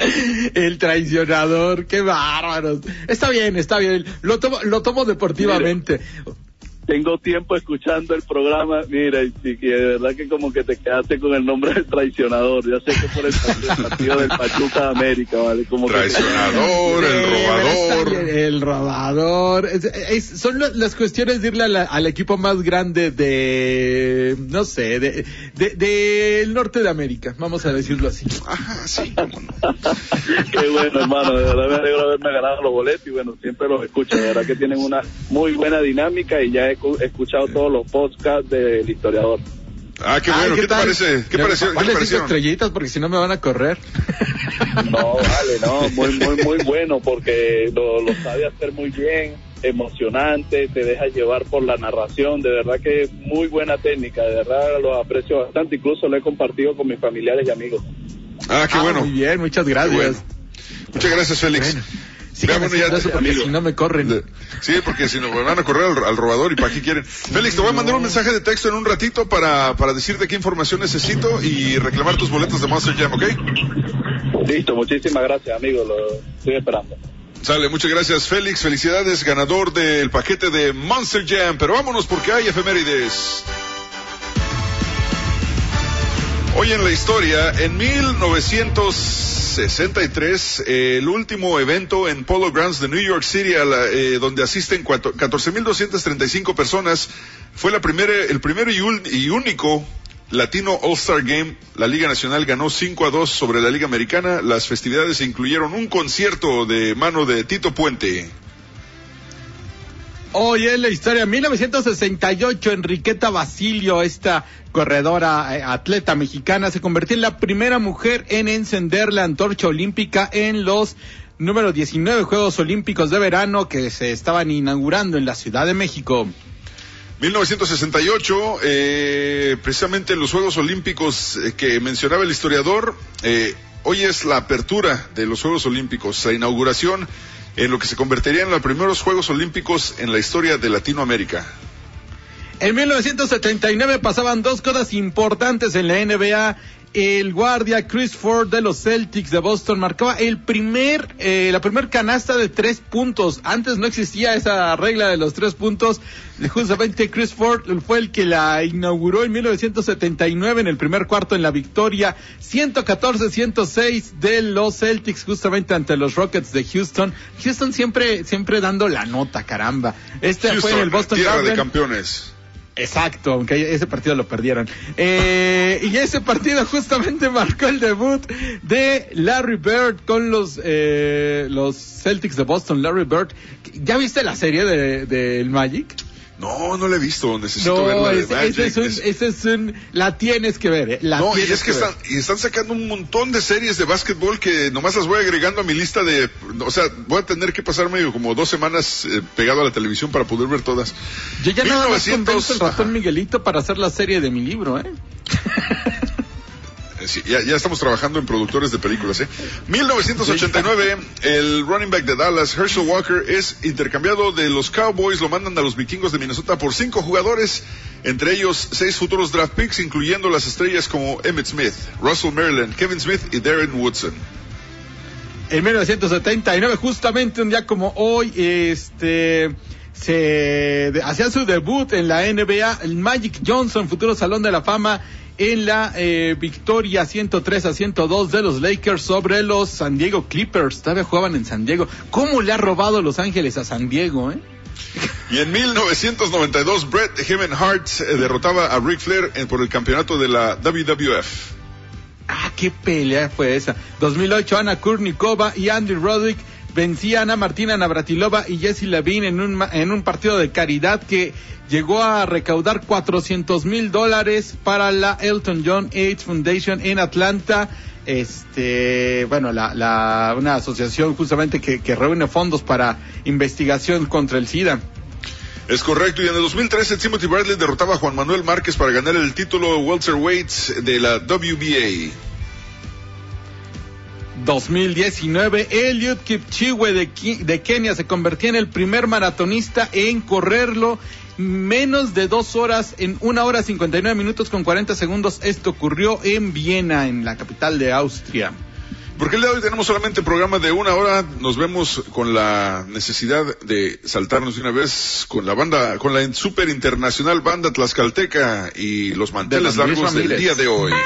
El traicionador, qué bárbaros. Está bien, está bien. Lo tomo, lo tomo deportivamente. Mire, tengo tiempo escuchando el programa, mira, y, y de verdad que como que te quedaste con el nombre del traicionador. Ya sé que por el partido, el partido del Pachuca de América, ¿vale? Como traicionador, que... el robador. El robador. Es, es, son las cuestiones de irle a la, al equipo más grande de, no sé, de, de, de el norte de América, vamos a decirlo así. Ajá, sí, cómo no. Qué bueno, hermano, de verdad me alegro de haberme ganado los boletos y bueno, siempre los escucho, de verdad que tienen una muy buena dinámica y ya he escuchado todos los podcasts del historiador. Ah, qué bueno, Ay, ¿qué, ¿qué te tal? parece? ¿Qué pareció? ¿Qué Vale, te cinco pareció? estrellitas porque si no me van a correr. No, vale, no, muy, muy, muy bueno porque lo, lo sabe hacer muy bien, emocionante, te deja llevar por la narración, de verdad que muy buena técnica, de verdad lo aprecio bastante, incluso lo he compartido con mis familiares y amigos. Ah, qué ah, bueno. Muy bien, muchas gracias. Bueno. Muchas gracias, Félix. Bueno. Síganme Veamos, ya, eso porque amigo. si no me corren. Sí, porque si no me van a correr al, al robador y para qué quieren. Félix, te voy a mandar un mensaje de texto en un ratito para, para decirte qué información necesito y reclamar tus boletos de Monster Jam, ¿ok? Listo, muchísimas gracias, amigo, lo estoy esperando. Sale, muchas gracias, Félix. Felicidades, ganador del paquete de Monster Jam. Pero vámonos porque hay efemérides. Hoy en la historia, en mil novecientos sesenta y tres, eh, el último evento en Polo Grounds de New York City, a la, eh, donde asisten catorce mil doscientas treinta y cinco personas, fue la primera, el primero y, un, y único Latino All-Star Game. La Liga Nacional ganó cinco a dos sobre la Liga Americana. Las festividades incluyeron un concierto de mano de Tito Puente. Hoy en la historia, mil novecientos sesenta y ocho, Enriqueta Basilio, esta corredora, eh, atleta mexicana, se convirtió en la primera mujer en encender la antorcha olímpica en los número diecinueve Juegos Olímpicos de Verano que se estaban inaugurando en la Ciudad de México. mil novecientos sesenta y ocho, eh, precisamente los Juegos Olímpicos eh, que mencionaba el historiador, eh, hoy es la apertura de los Juegos Olímpicos, la inauguración en lo que se convertiría en los primeros Juegos Olímpicos en la historia de Latinoamérica. En mil novecientos setenta y nueve pasaban dos cosas importantes en la N B A. El guardia Chris Ford de los Celtics de Boston marcaba el primer, eh, la primer canasta de tres puntos. Antes no existía esa regla de los tres puntos. Justamente Chris Ford fue el que la inauguró en mil novecientos setenta y nueve en el primer cuarto en la victoria ciento catorce a ciento seis de los Celtics justamente ante los Rockets de Houston. Houston siempre, siempre dando la nota, caramba. Este Houston, fue en el Boston tierra Garden. de campeones. Exacto, aunque ese partido lo perdieron. Eh, y ese partido justamente marcó el debut de Larry Bird con los eh, los Celtics de Boston. Larry Bird, ¿ya viste la serie de, de el Magic? No, no la he visto, necesito No, verla de ese, Magic. ese es un, ese es un, la tienes que ver, eh, la No, y tienes es que, que están, y están sacando un montón de series de básquetbol que nomás las voy agregando a mi lista de, o sea, voy a tener que pasarme como dos semanas eh, pegado a la televisión para poder ver todas. Yo ya nada más mil novecientos convenzo el ratón Miguelito para hacer la serie de mi libro, ¿eh? Sí, ya, ya estamos trabajando en productores de películas, ¿eh? mil novecientos ochenta y nueve, el running back de Dallas, Herschel Walker, es intercambiado de los Cowboys, lo mandan a los Vikingos de Minnesota por cinco jugadores, entre ellos seis futuros draft picks, incluyendo las estrellas como Emmitt Smith, Russell Maryland, Kevin Smith y Darren Woodson. En mil novecientos setenta y nueve, justamente un día como hoy, este... se de, hacía su debut en la N B A, el Magic Johnson, futuro Salón de la Fama, en la eh, victoria ciento tres a ciento dos de los Lakers sobre los San Diego Clippers. Todavía jugaban en San Diego. ¿Cómo le ha robado Los Ángeles a San Diego, eh? Y en mil novecientos noventa y dos, Bret Heyman Hart eh, derrotaba a Ric Flair eh, por el campeonato de la W W F. Ah, qué pelea fue esa. dos mil ocho, Ana Kurnikova y Andy Roddick vencían a Martina Navratilova y Jessie Levine en un, en un partido de caridad que llegó a recaudar cuatrocientos mil dólares para la Elton John AIDS Foundation en Atlanta. Este, bueno, la, la, una asociación justamente que, que reúne fondos para investigación contra el SIDA. Es correcto, y en el dos mil trece Timothy Bradley derrotaba a Juan Manuel Márquez para ganar el título welterweight de la W B A. dos mil diecinueve, Eliud Kipchoge de, de Kenia se convertía en el primer maratonista en correrlo menos de dos horas, en una hora cincuenta y nueve minutos con cuarenta segundos. Esto ocurrió en Viena, en la capital de Austria. Porque el día de hoy tenemos solamente programa de una hora, nos vemos con la necesidad de saltarnos de una vez con la banda, con la super internacional banda tlaxcalteca y los manteles de largos del día de hoy.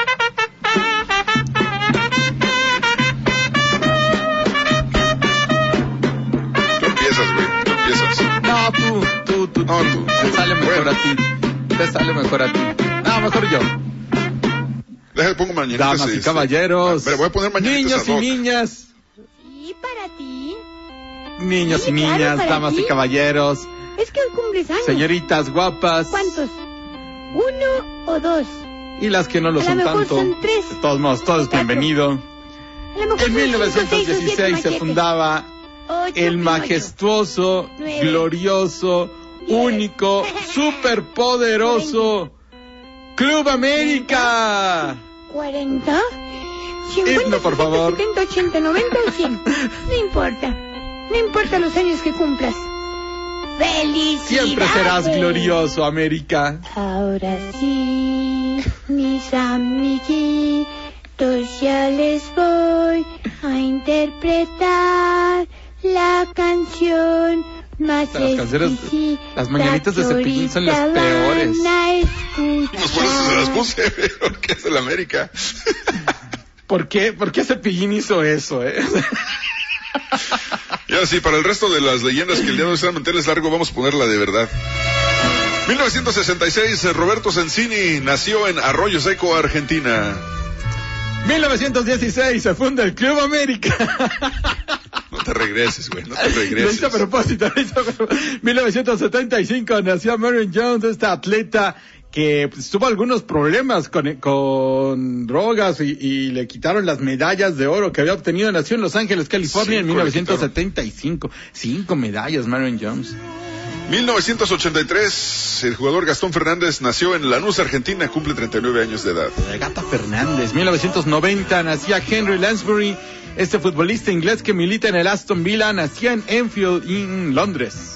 Tú empiezas, güey, tú empiezas. No, tú, tú, tú, no, tú. Te sale mejor bueno. a ti, te sale mejor a ti. No, mejor yo. Déjame pongo mañanitas. Damas y este, caballeros. Pero voy a poner mañanitas. Niños y niñas. Sí, para ti. Niños Sí, y claro, niñas, para damas ti. y caballeros. Es que hoy cumples años. Señoritas guapas. ¿Cuántos? ¿Uno o dos? Y las que no lo A lo son mejor tanto. son tres. De todos modos, todos Cuatro. bienvenido. A lo mejor En son mil novecientos cinco, seis o siete dieciséis se machetes. fundaba Ocho, el ocho. majestuoso, Nueve. glorioso, Diez. único, superpoderoso Club América. ¿Cuarenta? ¿Cincuenta, Himno, por favor. setenta, ochenta, noventa o cien? No importa. No importa los años que cumplas. ¡Felicidades! Siempre serás glorioso, América. Ahora sí, mis amiguitos, ya les voy a interpretar la canción más Las canciones, exquisita las mañanitas de que Cepillín son las ahorita peores. van a escuchar. Pues por eso se las puse, porque es el América. ¿Por qué? ¿Por qué Cepillín hizo eso, eh? Y ahora sí, para el resto de las leyendas que el día de hoy serán manteles largo, vamos a ponerla de verdad. mil novecientos sesenta y seis, Roberto Sensini nació en Arroyo Seco, Argentina. mil novecientos dieciséis se funda el Club América. No te regreses, güey, no te Lo regreses. hizo a propósito, lo hizo a propósito. mil novecientos setenta y cinco nació Marion Jones, esta atleta que pues, tuvo algunos problemas con, con drogas y, y le quitaron las medallas de oro que había obtenido. Nació en Los Ángeles, California, Cinco en mil novecientos setenta y cinco. Cinco medallas, Marion Jones. mil novecientos ochenta y tres, el jugador Gastón Fernández nació en Lanús, Argentina, cumple treinta y nueve años de edad. Gata Fernández. mil novecientos noventa nacía Henry Lansbury, este futbolista inglés que milita en el Aston Villa, nacía en Enfield, en Londres.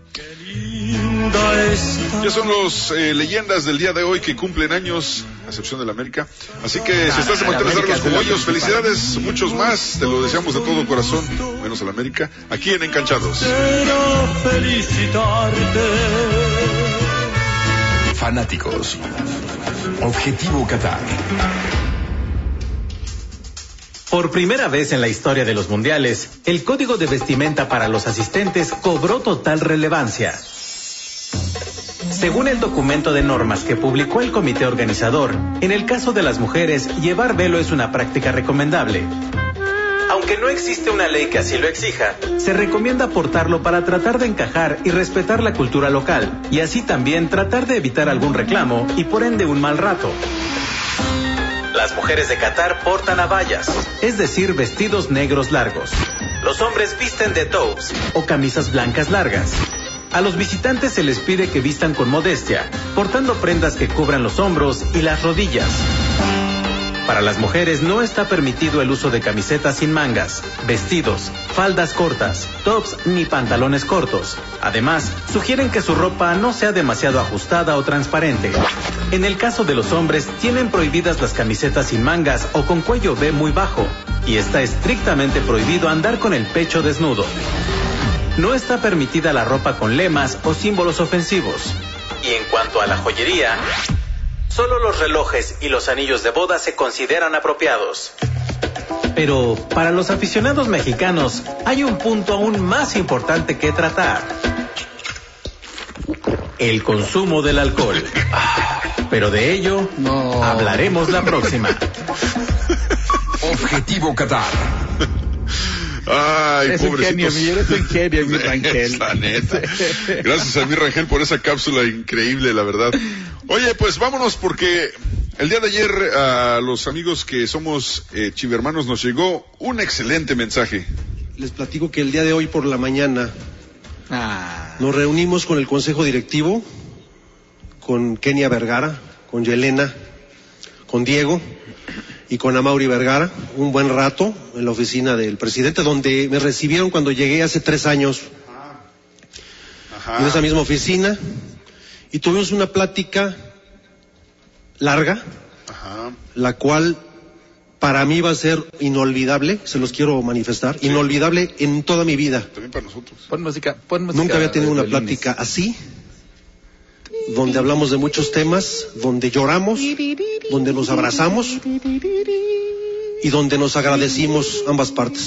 Ya son los eh, leyendas del día de hoy que cumplen años, a excepción del América. Así que si estás de manteles largos como ellos, felicidades, muchos más, te lo deseamos de todo corazón, menos al América, aquí en Encanchados. Fanáticos. Objetivo Qatar. Por primera vez en la historia de los mundiales, el código de vestimenta para los asistentes cobró total relevancia. Según el documento de normas que publicó el comité organizador, en el caso de las mujeres, llevar velo es una práctica recomendable. Aunque no existe una ley que así lo exija, se recomienda portarlo para tratar de encajar y respetar la cultura local, y así también tratar de evitar algún reclamo y por ende un mal rato. Las mujeres de Qatar portan abayas, es decir, vestidos negros largos. Los hombres visten de tops o camisas blancas largas. A los visitantes se les pide que vistan con modestia, portando prendas que cubran los hombros y las rodillas. Para las mujeres no está permitido el uso de camisetas sin mangas, vestidos, faldas cortas, tops ni pantalones cortos. Además, sugieren que su ropa no sea demasiado ajustada o transparente. En el caso de los hombres, tienen prohibidas las camisetas sin mangas o con cuello V muy bajo, y está estrictamente prohibido andar con el pecho desnudo. No está permitida la ropa con lemas o símbolos ofensivos. Y en cuanto a la joyería, solo los relojes y los anillos de boda se consideran apropiados. Pero para los aficionados mexicanos hay un punto aún más importante que tratar: el consumo del alcohol. Pero de ello no hablaremos la próxima. Objetivo Qatar. Ay, Eres un genio, pobrecitos. mi, eres un genio, mi Rangel. La neta. Gracias a mi Rangel por esa cápsula increíble, la verdad. Oye, pues vámonos porque el día de ayer a los amigos que somos eh, chivermanos nos llegó un excelente mensaje. Les platico que el día de hoy por la mañana Ah, nos reunimos con el consejo directivo, con Kenia Vergara, con Yelena, con Diego y con Amaury Vergara, un buen rato en la oficina del presidente, donde me recibieron cuando llegué hace tres años. Ajá. En esa misma oficina, y tuvimos una plática larga, Ajá. la cual para mí va a ser inolvidable, se los quiero manifestar, sí. Inolvidable en toda mi vida. También para nosotros. Pon música, pon música. Nunca había tenido una plática así, donde hablamos de muchos temas, donde lloramos, donde nos abrazamos y donde nos agradecimos ambas partes.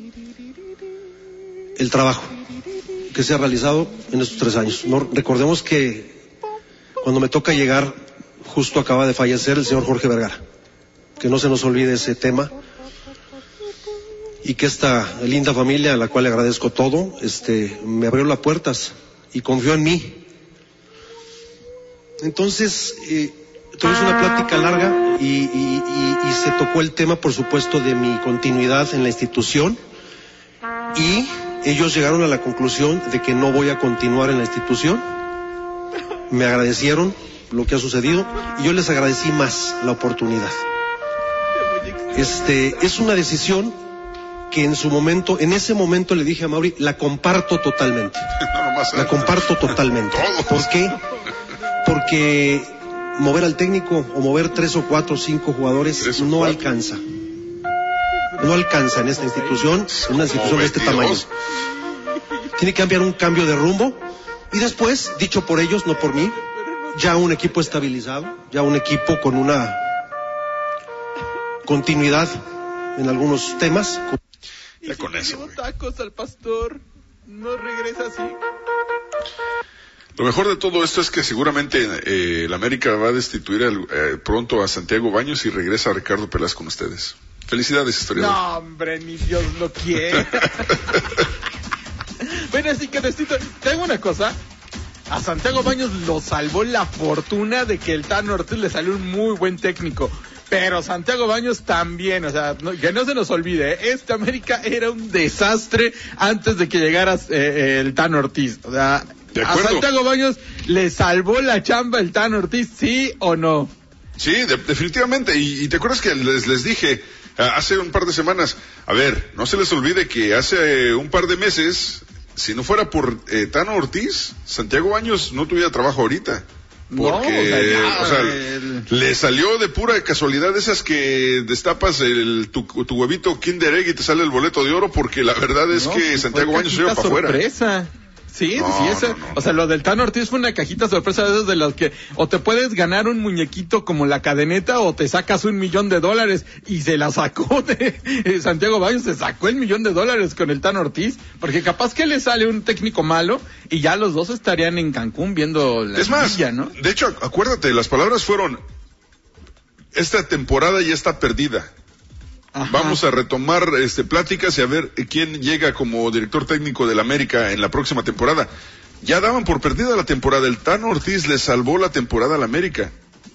El trabajo que se ha realizado en estos tres años. No, recordemos que cuando me toca llegar, justo acaba de fallecer el señor Jorge Vergara. Que no se nos olvide ese tema y que esta linda familia a la cual le agradezco todo, este, me abrió las puertas y confió en mí. Entonces eh, tuvimos una plática larga y, y, y, y se tocó el tema, por supuesto, de mi continuidad en la institución y ellos llegaron a la conclusión de que no voy a continuar en la institución. Me agradecieron lo que ha sucedido y yo les agradecí más la oportunidad. Este, es una decisión que en su momento, en ese momento le dije a Mauri, la comparto totalmente. No, la comparto totalmente. ¿Por qué? Porque mover al técnico o mover tres o cuatro o cinco jugadores no cuatro. alcanza. No alcanza en esta institución, en una institución de este tamaño. Tiene que cambiar un cambio de rumbo y después, dicho por ellos, no por mí, ya un equipo estabilizado, ya un equipo con una continuidad en algunos temas. Ya y con si eso. Tacos al pastor, no regresa así. Lo mejor de todo esto es que seguramente eh, el América va a destituir el, eh, pronto a Santiago Baños y regresa a Ricardo Peláez con ustedes. Felicidades, historiador. No, hombre, ni Dios lo quiere. Bueno, así que destituyo. Tengo una cosa. A Santiago Baños lo salvó la fortuna de que el Tano Ortiz le salió un muy buen técnico. Pero Santiago Baños también, o sea, no, que no se nos olvide, ¿eh? Este América era un desastre antes de que llegara eh, el Tano Ortiz. O sea, a Santiago Baños le salvó la chamba el Tano Ortiz, ¿sí o no? Sí, de, definitivamente. Y, y te acuerdas que les, les dije hace un par de semanas, a ver, no se les olvide que hace un par de meses, si no fuera por eh, Tano Ortiz, Santiago Baños no tuviera trabajo ahorita. Porque, no, o sea, ya, o sea el... le salió de pura casualidad esas que destapas el, tu, tu huevito Kinder Egg y te sale el boleto de oro, porque la verdad es no, que Santiago Baños se iba para afuera. Sí, no, sí, eso, no, no, o sea, lo del Tano Ortiz fue una cajita sorpresa de esas de las que o te puedes ganar un muñequito como la cadeneta o te sacas un millón de dólares, y se la sacó de eh, Santiago Baños, se sacó el millón de dólares con el Tano Ortiz, porque capaz que le sale un técnico malo y ya los dos estarían en Cancún viendo la es más, villa, ¿no? De hecho, acuérdate, las palabras fueron: esta temporada ya está perdida. Ajá. Vamos a retomar este pláticas y a ver quién llega como director técnico del América en la próxima temporada. Ya daban por perdida la temporada. El Tano Ortiz le salvó la temporada al América.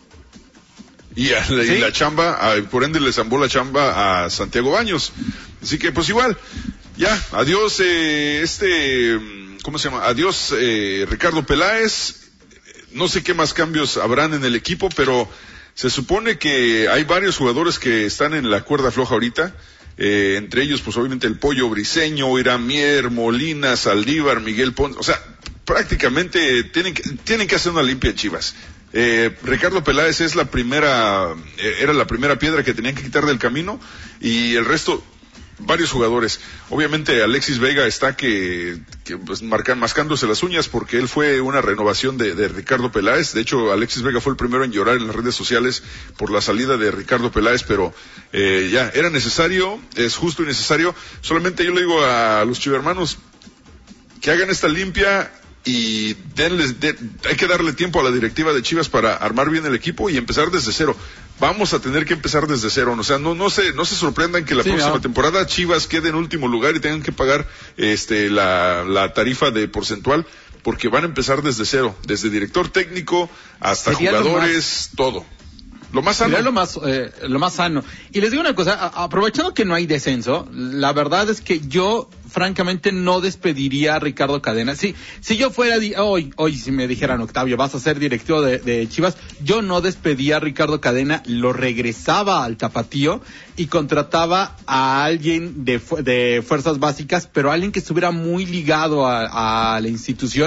Y, a, ¿sí? y la chamba, a, por ende le salvó la chamba a Santiago Baños. Así que pues igual, ya, adiós eh, este, ¿cómo se llama? Adiós eh, Ricardo Peláez. No sé qué más cambios habrán en el equipo, pero se supone que hay varios jugadores que están en la cuerda floja ahorita, eh, entre ellos pues obviamente el Pollo Briseño, Irán Mier, Molina, Saldívar, Miguel Ponce, o sea, prácticamente tienen que, tienen que hacer una limpia en Chivas. Eh, Ricardo Peláez es la primera, eh, era la primera piedra que tenían que quitar del camino, y el resto, varios jugadores. Obviamente Alexis Vega está que, que pues marcan, mascándose las uñas, porque él fue una renovación de, de Ricardo Peláez. De hecho, Alexis Vega fue el primero en llorar en las redes sociales por la salida de Ricardo Peláez, pero eh, ya, era necesario, es justo y necesario. Solamente yo le digo a los chivermanos que hagan esta limpia y denles, de, hay que darle tiempo a la directiva de Chivas para armar bien el equipo y empezar desde cero. Vamos a tener que empezar desde cero, o sea, no no se no se sorprendan que la sí, próxima no. temporada Chivas quede en último lugar y tengan que pagar este la la tarifa de porcentual, porque van a empezar desde cero, desde director técnico hasta Sería jugadores, todo. Lo más sano. Lo más, eh, lo más sano. Y les digo una cosa, a, aprovechando que no hay descenso, la verdad es que yo, francamente, no despediría a Ricardo Cadena. Si, si yo fuera, di- hoy, hoy si me dijeran, Octavio, vas a ser directivo de, de Chivas, yo no despedía a Ricardo Cadena, lo regresaba al Tapatío y contrataba a alguien de, de fuerzas básicas, pero alguien que estuviera muy ligado a, a la institución,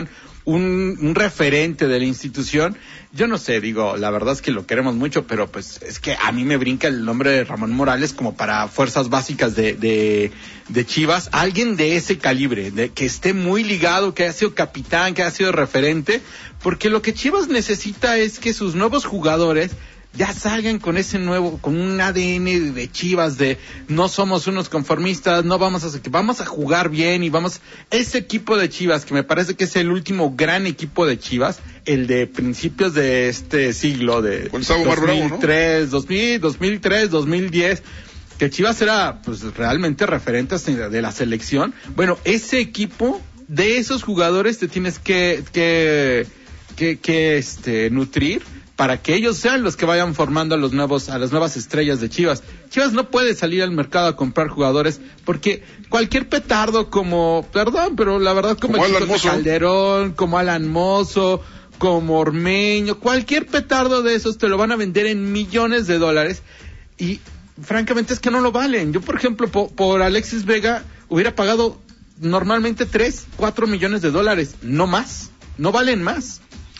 un, un referente de la institución. Yo no sé, digo, la verdad es que lo queremos mucho, pero pues es que a mí me brinca el nombre de Ramón Morales como para fuerzas básicas de, de, de Chivas. Alguien de ese calibre, de, que esté muy ligado, que haya sido capitán, que haya sido referente, porque lo que Chivas necesita es que sus nuevos jugadores ya salgan con ese nuevo, con un A D N de Chivas, de no somos unos conformistas, no vamos a, vamos a jugar bien y vamos, ese equipo de Chivas, que me parece que es el último gran equipo de Chivas, el de principios de este siglo, de dos mil tres, dos mil, dos mil tres, dos mil diez, que Chivas era pues realmente referente de la selección. Bueno, ese equipo, de esos jugadores te tienes que, que, que, que este, nutrir, para que ellos sean los que vayan formando a los nuevos, a las nuevas estrellas de Chivas. Chivas no puede salir al mercado a comprar jugadores, porque cualquier petardo como, perdón, pero la verdad como, como el Chico Calderón, como Alan Mozo, como Ormeño, cualquier petardo de esos te lo van a vender en millones de dólares, y francamente es que no lo valen. Yo, por ejemplo, po, por Alexis Vega hubiera pagado normalmente tres, cuatro millones de dólares, no más, no valen más.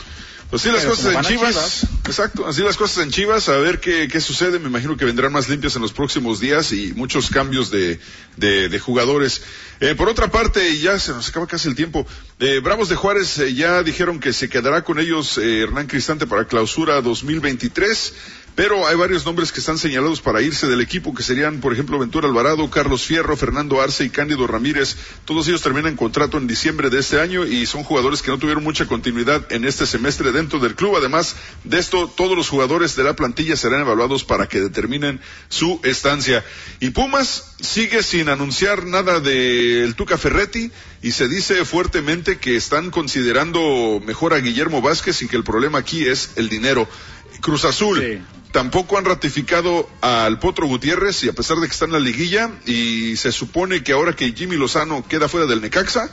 Así las Pero cosas en Chivas, Chivas, exacto, así las cosas en Chivas, a ver qué, qué sucede. Me imagino que vendrán más limpias en los próximos días y muchos cambios de, de, de jugadores. Eh, por otra parte, ya se nos acaba casi el tiempo, eh, Bravos de Juárez eh, ya dijeron que se quedará con ellos eh, Hernán Cristante para clausura dos mil veintitrés. Pero hay varios nombres que están señalados para irse del equipo, que serían, por ejemplo, Ventura Alvarado, Carlos Fierro, Fernando Arce y Cándido Ramírez. Todos ellos terminan contrato en diciembre de este año y son jugadores que no tuvieron mucha continuidad en este semestre dentro del club. Además de esto, todos los jugadores de la plantilla serán evaluados para que determinen su estancia. Y Pumas sigue sin anunciar nada del Tuca Ferretti y se dice fuertemente que están considerando mejor a Guillermo Vázquez y que el problema aquí es el dinero. Cruz Azul. Sí. Tampoco han ratificado al Potro Gutiérrez y a pesar de que está en la liguilla y se supone que ahora que Jimmy Lozano queda fuera del Necaxa,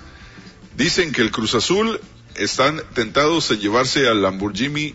dicen que el Cruz Azul están tentados en llevarse al Lamborghini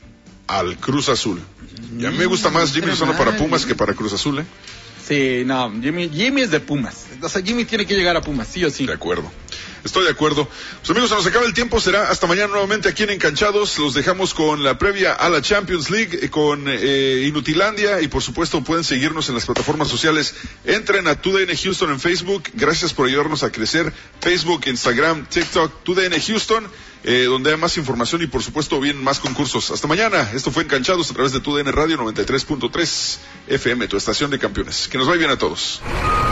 al Cruz Azul. Y a mí me gusta más Jimmy Lozano para Pumas que para Cruz Azul, ¿eh? Sí, no, Jimmy, Jimmy es de Pumas. O sea, Jimmy tiene que llegar a Pumas, sí o sí. De acuerdo. Estoy de acuerdo. Pues amigos, se nos acaba el tiempo, será hasta mañana nuevamente aquí en Encanchados. Los dejamos con la previa a la Champions League, con eh, Inutilandia, y por supuesto pueden seguirnos en las plataformas sociales. Entren a T U D N Houston en Facebook, gracias por ayudarnos a crecer. Facebook, Instagram, TikTok, T U D N Houston, eh, donde hay más información y por supuesto vienen más concursos. Hasta mañana, esto fue Encanchados a través de T U D N Radio noventa y tres punto tres F M, tu estación de campeones. Que nos vaya bien a todos.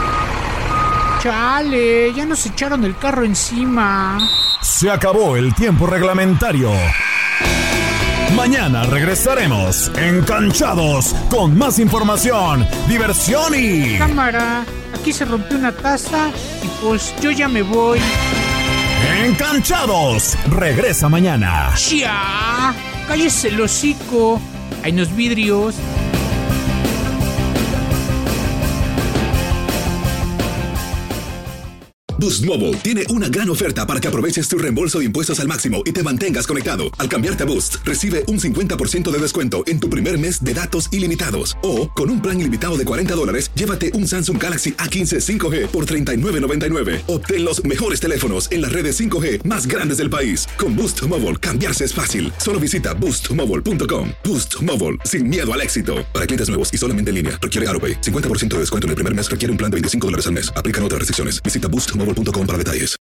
Chale, ya nos echaron el carro encima. Se acabó el tiempo reglamentario. Mañana regresaremos enganchados con más información, diversión y... Cámara, aquí se rompió una taza y pues yo ya me voy. Enganchados, regresa mañana. ¡Ya! ¡Cállese el hocico! Hay unos vidrios. Boost Mobile tiene una gran oferta para que aproveches tu reembolso de impuestos al máximo y te mantengas conectado. Al cambiarte a Boost, recibe un cincuenta por ciento de descuento en tu primer mes de datos ilimitados. O, con un plan ilimitado de cuarenta dólares, llévate un Samsung Galaxy A quince cinco G por treinta y nueve noventa y nueve. Obtén los mejores teléfonos en las redes cinco G más grandes del país. Con Boost Mobile, cambiarse es fácil. Solo visita boost mobile punto com. Boost Mobile, sin miedo al éxito. Para clientes nuevos y solamente en línea, requiere AutoPay. cincuenta por ciento de descuento en el primer mes, requiere un plan de veinticinco dólares al mes. Aplican otras restricciones. Visita boost mobile punto com para detalles.